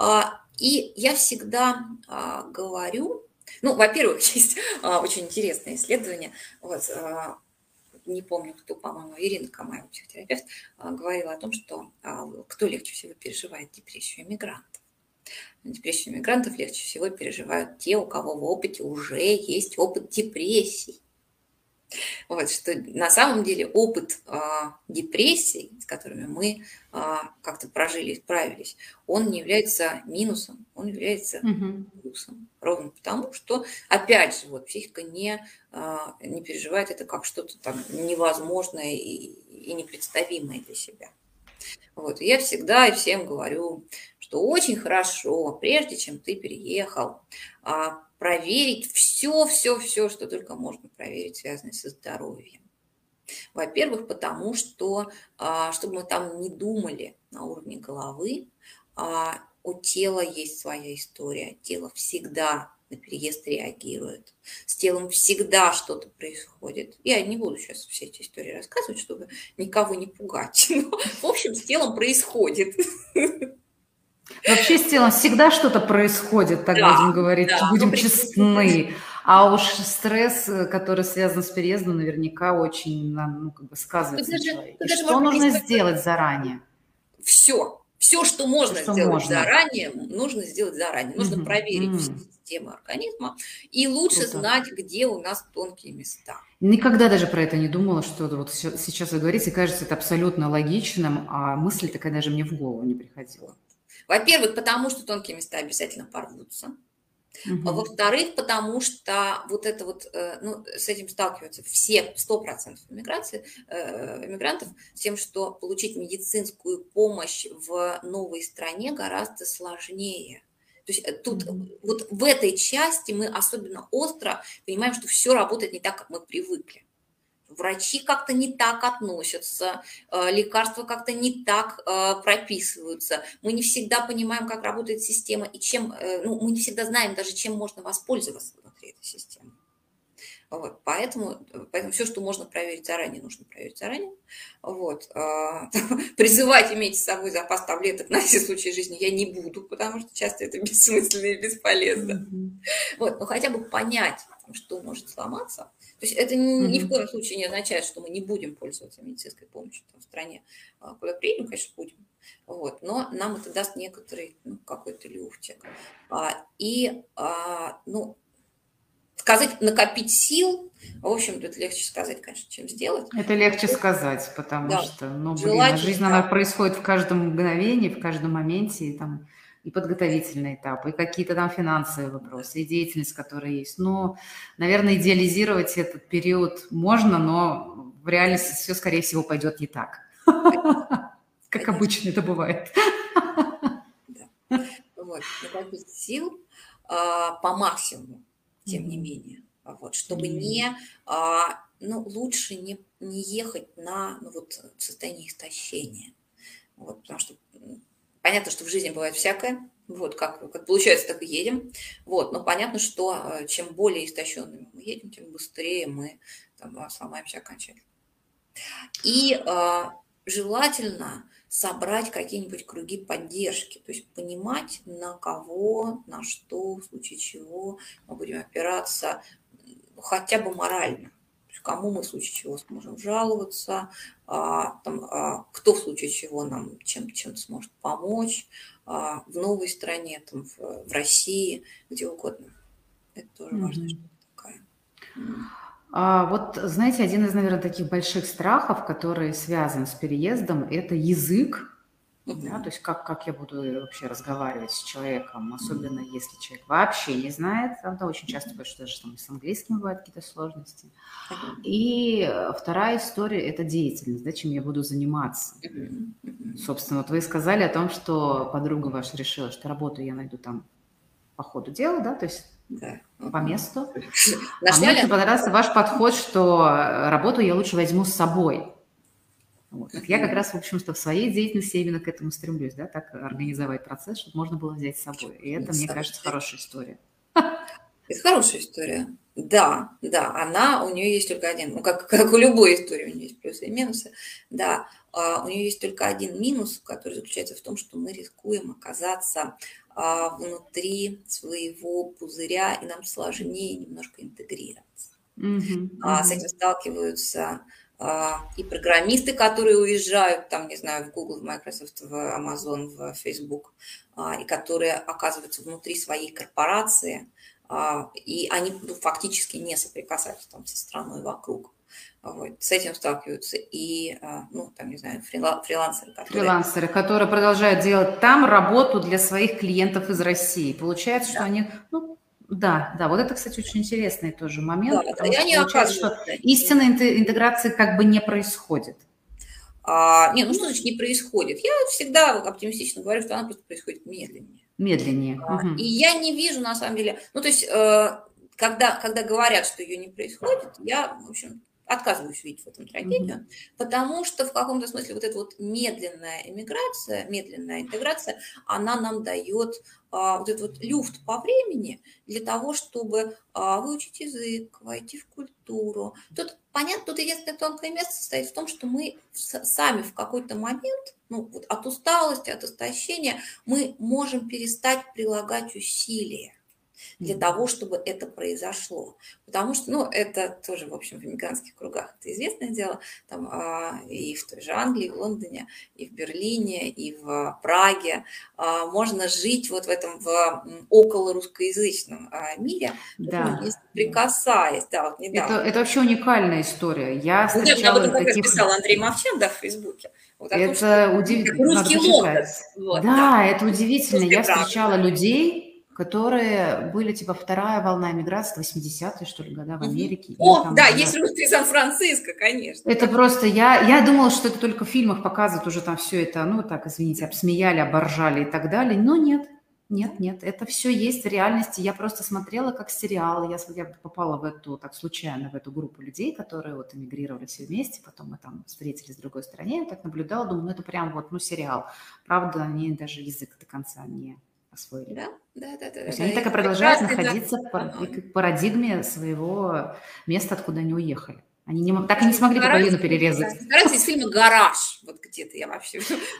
И я всегда говорю, ну, во-первых, есть очень интересное исследование, вот, не помню, кто, по-моему, Ирина Камаева, психотерапевт, говорила о том, что кто легче всего переживает депрессию мигрантов. Депрессию мигрантов легче всего переживают те, у кого в опыте уже есть опыт депрессии. Вот, что на самом деле опыт депрессий, с которыми мы как-то прожили, справились, он не является минусом, он является плюсом. Ровно потому, что, опять же, вот, психика не переживает это как что-то там невозможное и непредставимое для себя. Вот, и я всегда и всем говорю, что очень хорошо, прежде чем ты переехал, проверить все, что только можно проверить, связанное со здоровьем. Во-первых, потому что, чтобы мы там не думали на уровне головы, у тела есть своя история. Тело всегда на переезд реагирует. С телом всегда что-то происходит. Я не буду сейчас все эти истории рассказывать, чтобы никого не пугать. Но, в общем, с телом происходит. Вообще с телом всегда что-то происходит, так будем говорить, будем честны. А уж стресс, который связан с переездом, наверняка очень сказывается на человеке. Что нужно сделать заранее? Все, что можно сделать заранее, нужно сделать заранее. Нужно проверить все системы организма и лучше знать, где у нас тонкие места. Никогда даже про это не думала, что вот сейчас вы говорите, кажется, это абсолютно логичным, а мысль такая даже мне в голову не приходила. Во-первых, потому что тонкие места обязательно порвутся. Во-вторых, потому что вот это вот, с этим сталкиваются все 100% иммигрантов, с тем, что получить медицинскую помощь в новой стране гораздо сложнее. То есть тут вот в этой части мы особенно остро понимаем, что все работает не так, как мы привыкли. Врачи как-то не так относятся, лекарства как-то не так прописываются. Мы не всегда понимаем, как работает система и чем, мы не всегда знаем даже, чем можно воспользоваться внутри этой системы. Вот, поэтому все, что можно проверить заранее, нужно проверить заранее. Вот. Призывать иметь с собой запас таблеток на все случаи жизни я не буду, потому что часто это бессмысленно и бесполезно. Вот, но хотя бы понять, что может сломаться. То есть это ни в коем случае не означает, что мы не будем пользоваться медицинской помощью в стране, куда приедем, конечно, будем. Вот, но нам это даст некоторый какой-то люфтик. Сказать, накопить сил, в общем-то, это легче сказать, конечно, чем сделать. Это легче сказать, потому что, жизнь, она происходит в каждом мгновении, в каждом моменте, и подготовительный этап, и какие-то там финансовые вопросы, и деятельность, которая есть. Но, наверное, идеализировать этот период можно, но в реальности все, скорее всего, пойдет не так. Как обычно это бывает. Вот, накопить сил по максимуму. Тем не менее, вот, чтобы лучше не ехать на состояние истощения. Вот, потому что понятно, что в жизни бывает всякое, вот, как получается, так и едем. Вот, но понятно, что чем более истощенными мы едем, тем быстрее мы сломаемся окончательно. И желательно собрать какие-нибудь круги поддержки, то есть понимать, на кого, на что, в случае чего мы будем опираться, хотя бы морально. То есть кому мы в случае чего сможем жаловаться, кто в случае чего нам чем-то сможет помочь, в новой стране, в России, где угодно. Это тоже важная штука такая. Вот, знаете, один из, наверное, таких больших страхов, который связан с переездом, это язык. Да, то есть как я буду вообще разговаривать с человеком, особенно если человек вообще не знает. Очень часто бывает, что даже с английским бывают какие-то сложности. И вторая история – это деятельность, да, чем я буду заниматься. Собственно, вот вы сказали о том, что подруга ваша решила, что работу я найду там по ходу дела, да, то есть по месту. А мне очень понравился ваш подход, что работу я лучше возьму с собой. Вот. Я как раз, в общем-то, в своей деятельности именно к этому стремлюсь, да, так организовать процесс, чтобы можно было взять с собой. И это, мне кажется, хорошая история. Это хорошая история. Да, да, она, у нее есть только один, ну, как у любой истории, у нее есть плюсы и минусы, да, у нее есть только один минус, который заключается в том, что мы рискуем оказаться внутри своего пузыря, и нам сложнее немножко интегрироваться. Мгм, С мгм. этим сталкиваются и программисты, которые уезжают, там, не знаю, в Google, в Microsoft, в Amazon, в Facebook, и которые оказываются внутри своей корпорации, и они фактически не соприкасаются там со страной вокруг. Вот. С этим сталкиваются и, ну, там, не знаю, фрилансеры, которые... Фрилансеры, которые продолжают делать там работу для своих клиентов из России. Получается, что Да, они, ну, да, да, вот это, кстати, очень интересный тоже да, момент, да, потому и что они получается, что оказываются... истинной интеграции как бы не происходит. Не, ну что Ну, значит не происходит? Я всегда оптимистично говорю, что она просто происходит медленнее. медленнее. И Мгм. я не вижу, на самом деле, ну, то есть, когда говорят, что ее не происходит, я, в общем, отказываюсь видеть в этом Мгм. трагедию, потому что в каком-то смысле вот эта вот медленная эмиграция, медленная интеграция, она нам дает вот этот вот люфт по времени для того, чтобы выучить язык, войти в культуру. Тут, понятно, тут единственное тонкое место состоит в том, что мы сами в какой-то момент, ну, вот от усталости, от истощения, мы можем перестать прилагать усилия для Мгм. того, чтобы это произошло. Потому что, ну, это тоже, в общем, в иммигрантских кругах это известное дело, там и в той же Англии, в Лондоне, и в Берлине, и в Праге можно жить вот в этом около русскоязычном мире, ну, Да, не да. соприкасаясь, да, вот недавно. Это вообще уникальная история. Я Недавно об встречала этом как раз таких. писал Андрей Мовчан, да, в Фейсбуке. Вот о том, что Это как надо русский почитать. Лондон. Вот, да. Да, это удивительно. Русская Я Прага, встречала да. людей, которые были типа вторая волна миграции, 80-е, что ли, года в Мгм. Америке. Им О, там да, уже... есть русский Сан-Франциско, конечно, Это да. просто... Я думала, что это только в фильмах показывают уже там все это, ну, так, извините, Да, обсмеяли, оборжали и так далее. Но нет, да. нет, нет. Это все есть в реальности. Я просто смотрела как сериал. Я попала в эту, так, случайно в эту группу людей, которые вот эмигрировали все вместе. Потом мы там встретились в другой стране. Я так наблюдала, думаю, ну, это прям вот, ну, сериал. Правда, они даже язык до конца не освоили. Да, да, да, да, То да, есть да. они И так и это продолжают прекрасный, да. находиться в Ага. парадигме своего места, откуда они уехали. Они так и не Слушай, смогли пуповину «Гараж», перерезать. да, «Гараж» из фильма «Гараж». Вот где-то я вообще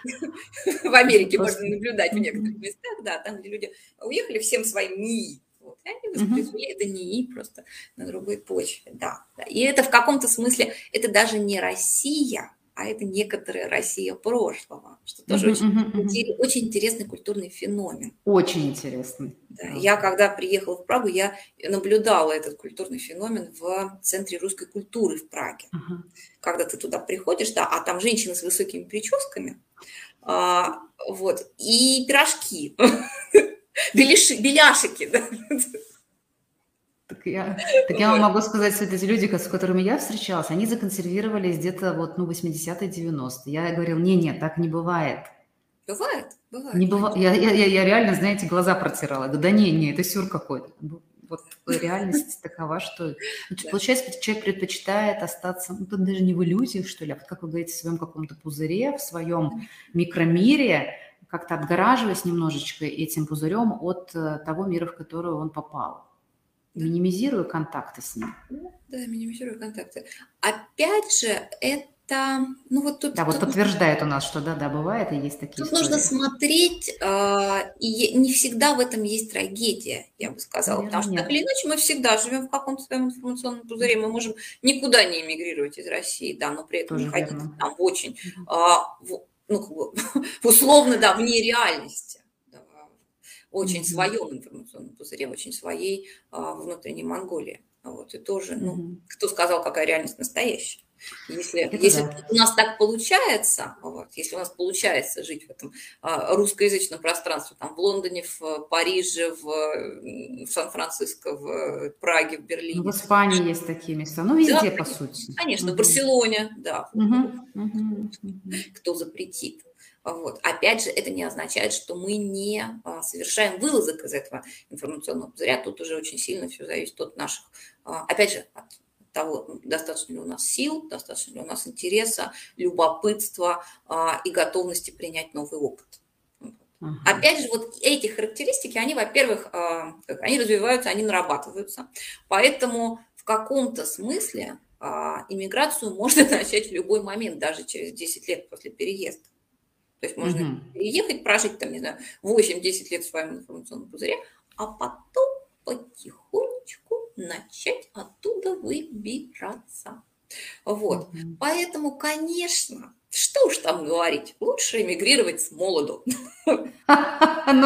в Америке можно Просто. наблюдать в некоторых Мгм. местах, да, там, где люди уехали всем своим НИИ. Вот, и они Мгм. воспроизвели это НИИ просто на другой почве, да, да. И это в каком-то смысле, это даже не Россия, а это некоторая Россия прошлого, что тоже Мгм, очень, мгм, мгм. очень интересный культурный феномен. Очень интересный, Да, я, правда. когда приехала в Прагу, я наблюдала этот культурный феномен в Центре русской культуры в Праге. Ага. Когда ты туда приходишь, да, а там женщины с высокими прическами, вот, и пирожки, беляшики, да. Так я вам Вот. могу сказать, что эти люди, с которыми я встречалась, они законсервировались где-то вот, ну, 80-е, 90-е. Я говорила: "Не, нет, так не бывает". Бывает, Не бывает, быва конечно. я реально, знаете, глаза протирала. Да не, это сюр какой-то. Вот реальность такова, что, ну, Да, получается, человек предпочитает остаться, ну, тут даже не в иллюзиях, что ли, а вот, как вы говорите, в своем каком-то пузыре, в своем микромире, как-то отгораживаясь немножечко этим пузырем от того мира, в который он попал. да, Минимизируя контакты с ним. да, да, минимизирую контакты. Опять же, это, ну вот Да, вот подтверждает у нас, что да-да, бывает и есть такие тут нужно истории. смотреть, и не всегда в этом есть трагедия, я бы сказала, потому Наверное, что так нет. или иначе мы всегда живем в каком-то своем информационном пузыре, мы можем никуда не эмигрировать из России, да, но при этом Тоже находиться верно. там в очень, Мгм. ну, как бы, условно, да, вне реальности, да, очень Мгм. своем информационном пузыре, очень своей внутренней Монголии. Вот, и тоже, ну, Мгм. кто сказал, какая реальность настоящая? Если, Это если да. у нас так получается, вот, если у нас получается жить в этом русскоязычном пространстве, там, в Лондоне, в Париже, в Сан-Франциско, в Праге, в Ну, в Берлине, Испании есть такие места. Ну, да, везде, по сути. конечно, в Мгм. Барселоне, да, вот, ну, Мгм. Мгм. Мгм. кто запретит. Вот. Опять же, это не означает, что мы не совершаем вылазок из этого информационного пузыря. Тут уже очень сильно все зависит от наших, опять же, от того, достаточно ли у нас сил, достаточно ли у нас интереса, любопытства и готовности принять новый опыт. Вот. Ага. Опять же, вот эти характеристики, они, во-первых, они развиваются, они нарабатываются. Поэтому в каком-то смысле иммиграцию можно начать в любой момент, даже через 10 лет после переезда. То есть можно Мгм. переехать, прожить там, не знаю, 8-10 лет в своем информационном пузыре, а потом потихонечку начать оттуда выбираться. Вот. Мгм. Поэтому, конечно, что уж там говорить, лучше эмигрировать с молоду. Ну,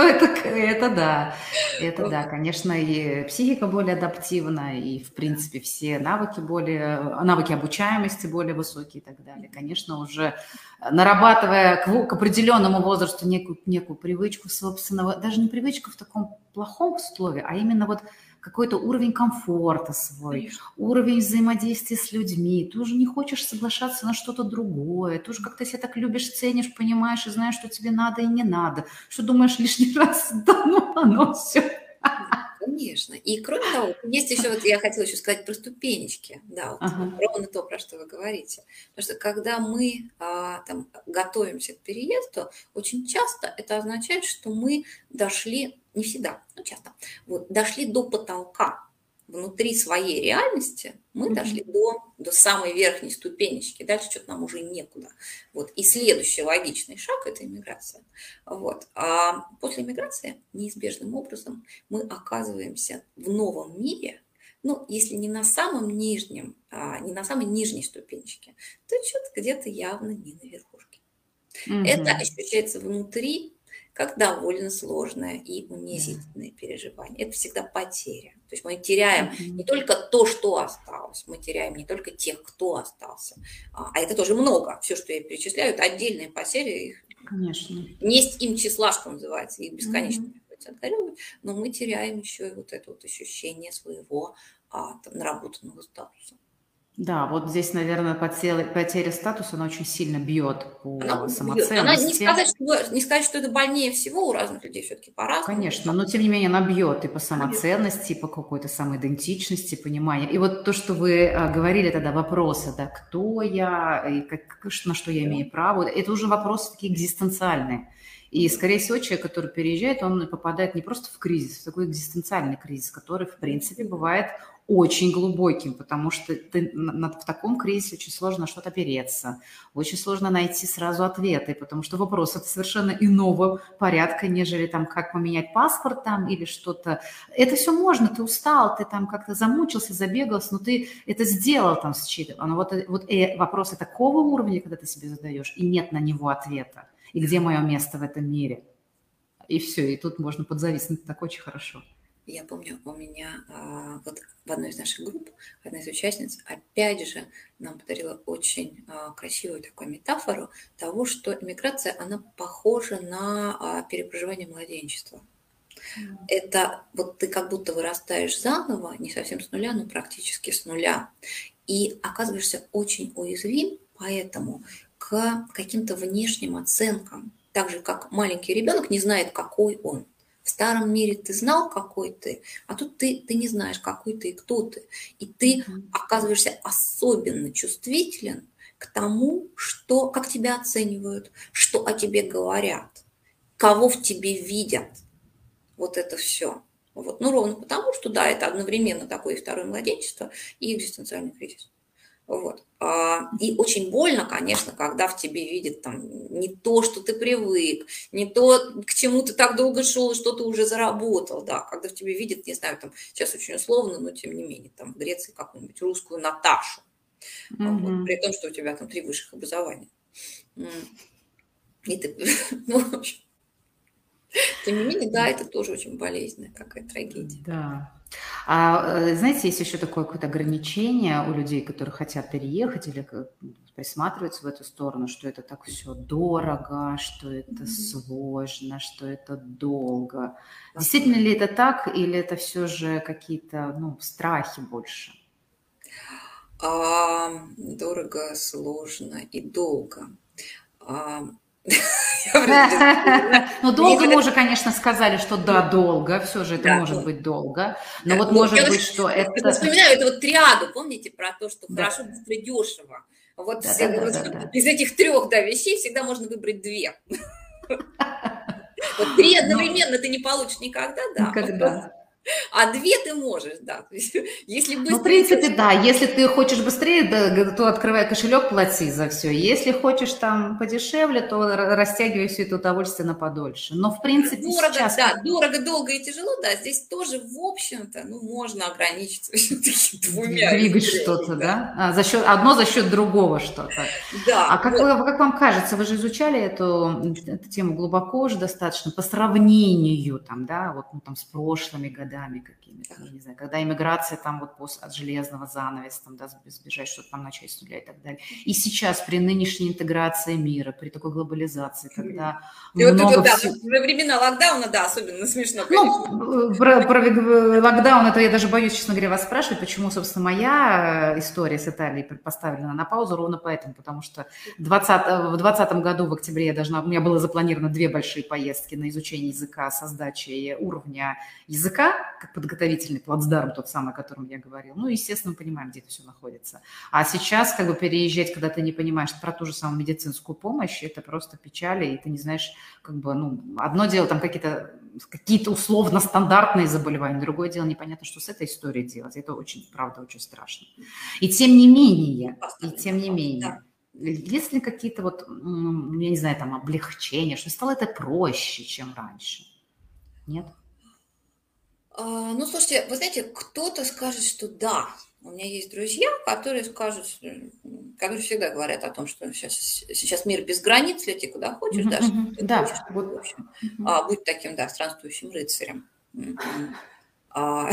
это да, конечно, и психика более адаптивна, и, в принципе, все навыки обучаемости более высокие и так далее. Конечно, уже нарабатывая к определенному возрасту некую привычку собственного, даже не привычку в таком плохом слове, а именно вот какой-то уровень комфорта свой, Конечно. уровень взаимодействия с людьми. Ты уже не хочешь соглашаться на что-то другое. Ты уже как-то себя так любишь, ценишь, понимаешь и знаешь, что тебе надо и не надо. Что думаешь лишний раз, да ну оно все. Конечно. И кроме того, есть еще, вот я хотела еще сказать про ступенечки. Да, вот Ага. ровно то, про что вы говорите. Потому что когда мы там, готовимся к переезду, очень часто это означает, что мы дошли, не всегда, но часто, вот, дошли до потолка. Внутри своей реальности мы дошли Мгм. до самой верхней ступенечки. Дальше что-то нам уже некуда. Вот. И следующий логичный шаг – это иммиграция. Вот. А после иммиграции неизбежным образом мы оказываемся в новом мире, ну, если не на самом нижнем, не на самой нижней ступенечке, то что-то где-то явно не на верхушке. Это Мгм. ощущается внутри как довольно сложное и Да. унизительное переживание. Это всегда потеря. То есть мы теряем не Мгм. только то, что осталось, мы теряем не только тех, кто остался. А это тоже много. Все, что я перечисляю, это отдельные потери. Их Конечно. несть им числа, что называется, их бесконечно Мгм. приходится отгораживать, но мы теряем еще и вот это вот ощущение своего там, наработанного статуса. Да, вот здесь, наверное, потеря статуса, она очень сильно бьет Она по бьет. Она самоценности. не сказать, что это больнее всего, у разных людей все-таки по-разному. Конечно, но тем не менее она бьет и по Она бьет. самоценности, и по какой-то самоидентичности, пониманию. И вот то, что вы говорили тогда, вопросы, да, кто я, и на что я Да. имею право, это уже вопросы такие экзистенциальные. И, Да. скорее всего, человек, который переезжает, он попадает не просто в кризис, в такой экзистенциальный кризис, который, в принципе, бывает очень глубоким, потому что в таком кризисе очень сложно на что-то опереться, очень сложно найти сразу ответы, потому что вопрос это совершенно иного порядка, нежели там, как поменять паспорт там или что-то. Это все можно, ты устал, ты там как-то замучился, забегался, но ты это сделал там с чьим-то. Но вопросы такого уровня, когда ты себе задаешь, и нет на него ответа. И где мое место в этом мире? И все, и тут можно подзависнуть так очень хорошо. Я помню, у меня вот в одной из наших групп одна из участниц, опять же, нам подарила очень красивую такую метафору того, что иммиграция, она похожа на перепроживание младенчества. Это вот ты как будто вырастаешь заново, не совсем с нуля, но практически с нуля, и оказываешься очень уязвим, поэтому к каким-то внешним оценкам, так же как маленький ребенок не знает, какой он. В старом мире ты знал, какой ты, а тут ты не знаешь, какой ты и кто ты. И ты Мгм. оказываешься особенно чувствителен к тому, что, как тебя оценивают, что о тебе говорят, кого в тебе видят. Вот это все. Вот. Ну, ровно потому, что, да, это одновременно такое и второе младенчество, и экзистенциальный кризис. Вот. И очень больно, конечно, когда в тебе видят там не то, что ты привык, не то, к чему ты так долго шел, и что ты уже заработал, да, когда в тебе видят, не знаю, там, сейчас очень условно, но тем не менее, там, в Греции какую-нибудь русскую Наташу, вот, Мгм. при том, что у тебя там 3 высших образования. И ты, ну, в общем, тем не менее, да, это тоже очень болезненная такая трагедия. Да. Знаете, есть еще такое какое-то ограничение у людей, которые хотят переехать или присматриваются в эту сторону, что это так все дорого, что это сложно, что это долго. Действительно ли это так, или это все же какие-то, страхи больше? Дорого, сложно и долго. А, я просто сейчас Ну, мне долго мы говорят, уже, конечно, сказали, что да, долго, все же это да, может ну быть долго, но да, вот ну, я может вот быть, что просто это... вспоминаю эту вот триаду, помните, про то, что Да, хорошо, быстро, дешево. Вот, вот да-да-да-да-да. из этих 3, да, вещей всегда можно выбрать 2. Вот 3 Но одновременно ты не получишь никогда, да. никогда. А 2 ты можешь, да. То есть, если Ну, в быстро идешь, принципе, да. Если ты хочешь быстрее, да, то открывай кошелек, плати за все. Если хочешь там подешевле, то растягивай все это удовольствие на подольше. Но, в принципе, дорого, сейчас да, дорого, долго и тяжело, да, здесь тоже, в общем-то, ну, можно ограничиться все-таки 2 из двигать 3, что-то, да. да? Одно за счет другого что-то. А Да, как, вот. как вам кажется, вы же изучали эту тему глубоко уже достаточно, по сравнению там, да, вот ну, там с прошлыми годами какими-то, я не знаю, когда иммиграция там вот от железного занавеса, там, да, сбежать, что-то там начать с нуля и так далее. И сейчас при нынешней интеграции мира, при такой глобализации, когда И вот тут много вот, да, всего... во времена локдауна, да, особенно смешно, конечно. Ну, про локдаун, это я даже боюсь, честно говоря, вас спрашивать, почему, собственно, моя история с Италией поставлена на паузу ровно поэтому, потому что в 2020 году, в октябре, у меня было запланировано 2 большие поездки на изучение языка со сдачей уровня языка, как подготовительный плацдарм, тот самый, о котором я говорила. Ну, естественно, мы понимаем, где это все находится. А сейчас, как бы, переезжать, когда ты не понимаешь про ту же самую медицинскую помощь, это просто печаль, и ты не знаешь, как бы, ну, одно дело там какие-то условно стандартные заболевания, другое дело непонятно, что с этой историей делать. Это очень, правда, очень страшно. И тем не менее, Да. есть ли какие-то вот, я не знаю, там облегчения, что стало это проще, чем раньше? Нет? Ну, слушайте, вы знаете, кто-то скажет, что да. У меня есть друзья, которые скажут, которые всегда говорят о том, что сейчас мир без границ, лети куда хочешь, да, что ты хочешь, Да, ты, в вот. общем, будь таким, да, странствующим рыцарем. Мгм. А,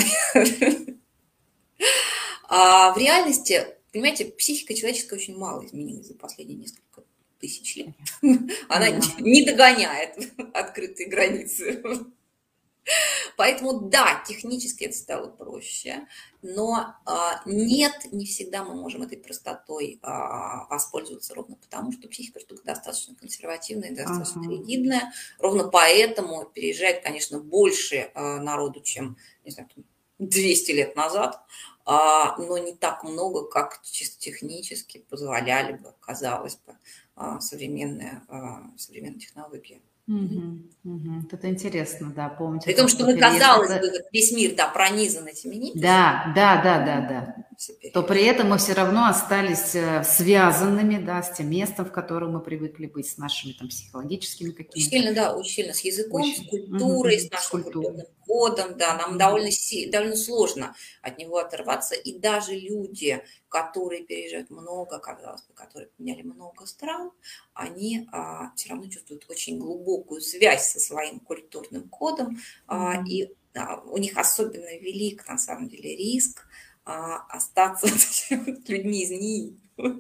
А в реальности, понимаете, психика человеческая очень мало изменилась за последние несколько тысяч лет. Она Понятно. не догоняет открытые границы. Поэтому да, технически это стало проще, но нет, не всегда мы можем этой простотой воспользоваться ровно потому, что психика штука достаточно консервативная, достаточно Ага. ригидная. Ровно поэтому переезжает, конечно, больше народу, чем, не знаю, 200 лет назад, но не так много, как чисто технически позволяли бы, казалось бы, современные технологии. Вот это интересно, да, помните При том, тот что свой мы, переезд. казалось бы, Это вот весь мир, да, пронизан этими ниточками, да. все То при переезжают. этом мы все равно остались связанными, да, с тем местом, в котором мы привыкли быть, с нашими там психологическими Очень какими-то сильно, да, очень сильно с языком, с очень культурой, с с нашим культурой. культурным кодом, да, нам Мгм. довольно сложно от него оторваться. И даже люди, которые переезжают много, казалось бы, которые поменяли много стран, они все равно чувствуют очень глубокую связь со своим культурным кодом. И у них особенно велик, на самом деле, риск остаться людьми из НИИ.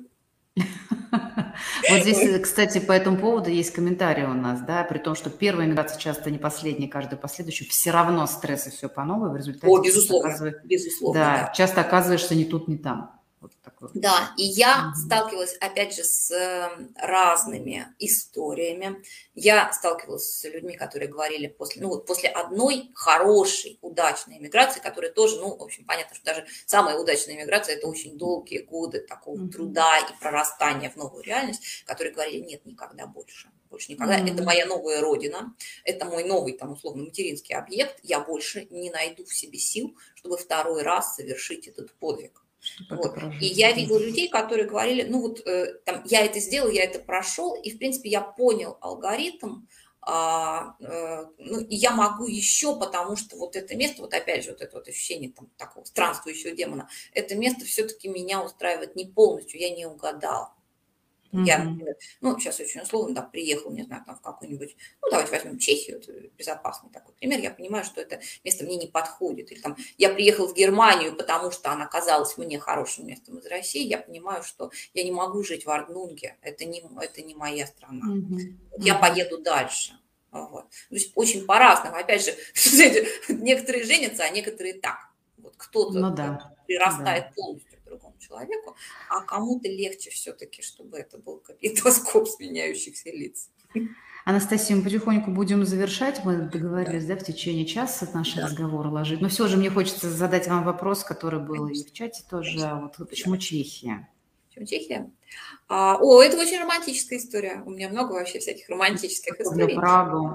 Вот здесь, кстати, по этому поводу есть комментарий у нас, да, при том, что первая миграция часто не последняя, каждая последующая, все равно стресс и все по новой, в О, результате безусловно, безусловно, да. часто оказываешься не тут, не там. Вот такой вот. Да, и я Мгм. сталкивалась, опять же, с разными историями. Я сталкивалась с людьми, которые говорили после одной хорошей, удачной иммиграции, которая тоже, в общем, понятно, что даже самая удачная иммиграция – это очень долгие годы такого труда и прорастания в новую реальность, которые говорили, нет, никогда больше. Больше никогда. Это моя новая родина, это мой новый, там, условно, материнский объект. Я больше не найду в себе сил, чтобы второй раз совершить этот подвиг. Чтобы это Вот. И прожить. я видела людей, которые говорили, там, я это сделал, я это прошел, и, в принципе, я понял алгоритм, и я могу еще, потому что вот это место, вот опять же, вот это вот ощущение там, такого странствующего демона, это место все-таки меня устраивает не полностью, я не угадал. Я, например, сейчас очень условно, да, приехал, не знаю, там в какой-нибудь, давайте возьмем Чехию, это безопасный такой пример, я понимаю, что это место мне не подходит. Или там я приехал в Германию, потому что она казалась мне хорошим местом из России, я понимаю, что я не могу жить в Арднунге, это не моя страна. Я поеду дальше. Вот. То есть очень по-разному. Опять же, некоторые женятся, а некоторые так. Вот кто-то прирастает полностью к другому человеку, а кому-то легче все-таки, чтобы это был калейдоскоп сменяющихся лиц. Анастасия, мы потихоньку будем завершать. Мы договорились, в течение часа наш разговор уложить. Но все же мне хочется задать вам вопрос, который был и в чате тоже. Вот почему Чехия? Почему Чехия? Это очень романтическая история. У меня много вообще всяких романтических Люблю историй. Прагу.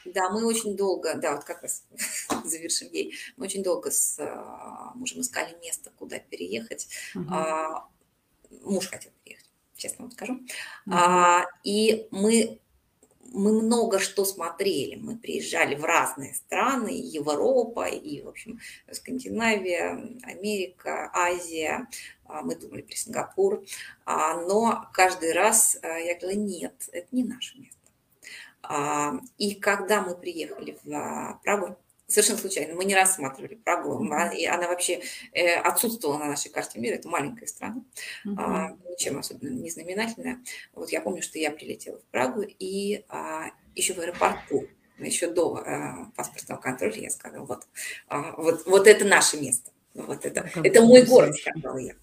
Да, мы очень долго, да, вот как раз завершим ей, мы очень долго с мужем искали место, куда переехать. А, Муж хотел переехать, честно вам скажу. И мы много что смотрели. Мы приезжали в разные страны, Европа, и, в общем, Скандинавия, Америка, Азия. Мы думали про Сингапур. Но каждый раз я говорила, нет, это не наше место. И когда мы приехали в Прагу, совершенно случайно, мы не рассматривали Прагу, и она вообще отсутствовала на нашей карте мира, это маленькая страна, ничем особенно не знаменательная. Вот я помню, что я прилетела в Прагу, и еще в аэропорту, еще до паспортного контроля я сказала, вот это наше место, вот это мой город, сказала я.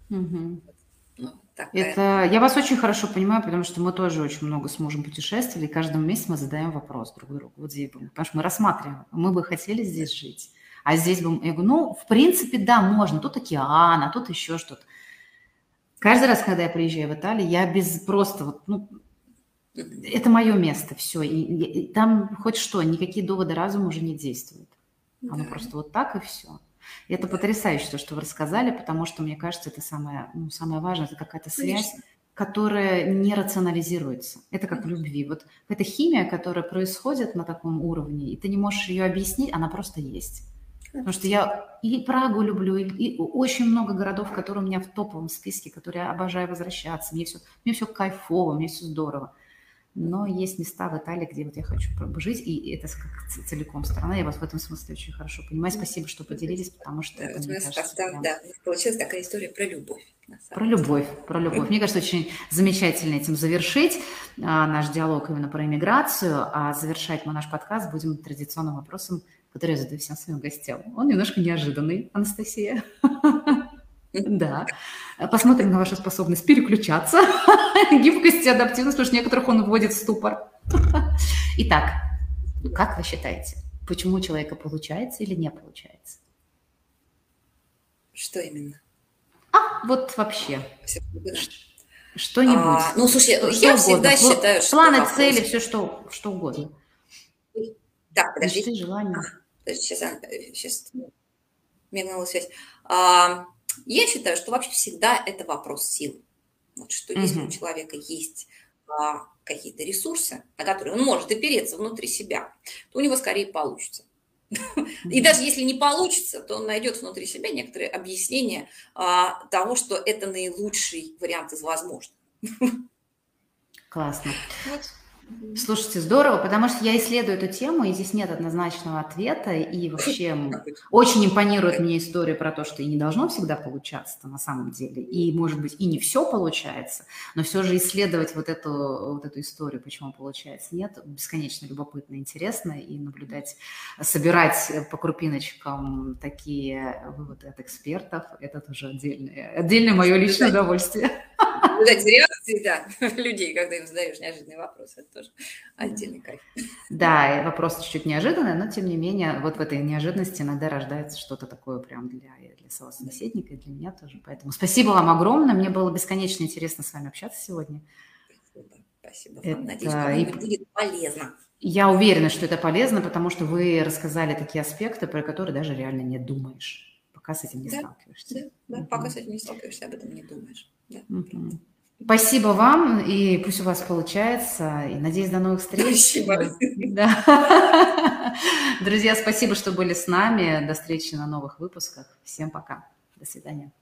Это я вас очень хорошо понимаю, потому что мы тоже очень много с мужем путешествовали, и каждый месяц мы задаем вопрос друг другу. Вот здесь, потому что мы рассматриваем, мы бы хотели здесь жить, а здесь бы, я говорю, ну, в принципе, да, можно, тут океан, а тут еще что-то. Каждый раз, когда я приезжаю в Италию, я это мое место, все, и там хоть что, никакие доводы разума уже не действуют. Оно просто вот так и все. И это потрясающе, то, что вы рассказали, потому что, мне кажется, это самое важное, это какая-то связь, которая не рационализируется. Это как в любви. Вот эта химия, которая происходит на таком уровне, и ты не можешь ее объяснить, она просто есть. Потому что я и Прагу люблю, и очень много городов, которые у меня в топовом списке, которые я обожаю возвращаться. Мне все кайфово, мне все здорово. Но есть места в Италии, где вот я хочу жить, и это как целиком страна. Я вас в этом смысле очень хорошо понимаю. Спасибо, что поделились, потому что это, мне кажется, да, получилась такая история про любовь. Про любовь. Мне кажется, очень замечательно этим завершить наш диалог именно про иммиграцию, а завершать мы наш подкаст будем традиционным вопросом, который я задаю всем своим гостям. Он немножко неожиданный, Анастасия. Да. Посмотрим на вашу способность переключаться, гибкость и адаптивность, потому что некоторых он вводит в ступор. Итак, как вы считаете, почему у человека получается или не получается? Что именно? Вот вообще. Что-нибудь. Ну, слушай, я всегда считаю, что... Планы, цели, все что угодно. Так, подожди. Мечты, желания. Сейчас мигнула связь. Я считаю, что вообще всегда это вопрос сил. Вот что если у человека есть какие-то ресурсы, на которые он может опереться внутри себя, то у него скорее получится. И даже если не получится, то он найдет внутри себя некоторые объяснения того, что это наилучший вариант из возможных. Классно. Слушайте, здорово, потому что я исследую эту тему, и здесь нет однозначного ответа, и вообще очень импонирует мне история про то, что и не должно всегда получаться на самом деле, и, может быть, и не все получается, но все же исследовать вот эту историю, почему получается нет, бесконечно любопытно, интересно, и наблюдать, собирать по крупиночкам такие выводы от экспертов, это тоже отдельное мое личное удовольствие. Наблюдать реакции, да, людей, когда им задаешь неожиданный вопрос, это тоже отдельный кайф. Да, вопрос чуть-чуть неожиданный, но тем не менее, вот в этой неожиданности иногда рождается что-то такое прям для своего собеседника и для меня тоже. Поэтому спасибо вам огромное, мне было бесконечно интересно с вами общаться сегодня. Спасибо вам, надеюсь, кому-нибудь будет полезно. Я уверена, что это полезно, потому что вы рассказали такие аспекты, про которые даже реально не думаешь, пока с этим не сталкиваешься. Да, пока с этим не сталкиваешься, об этом не думаешь. Да. Спасибо вам, и пусть у вас получается, и надеюсь, до новых встреч. Спасибо. Да. Друзья, спасибо, что были с нами, до встречи на новых выпусках, всем пока, до свидания.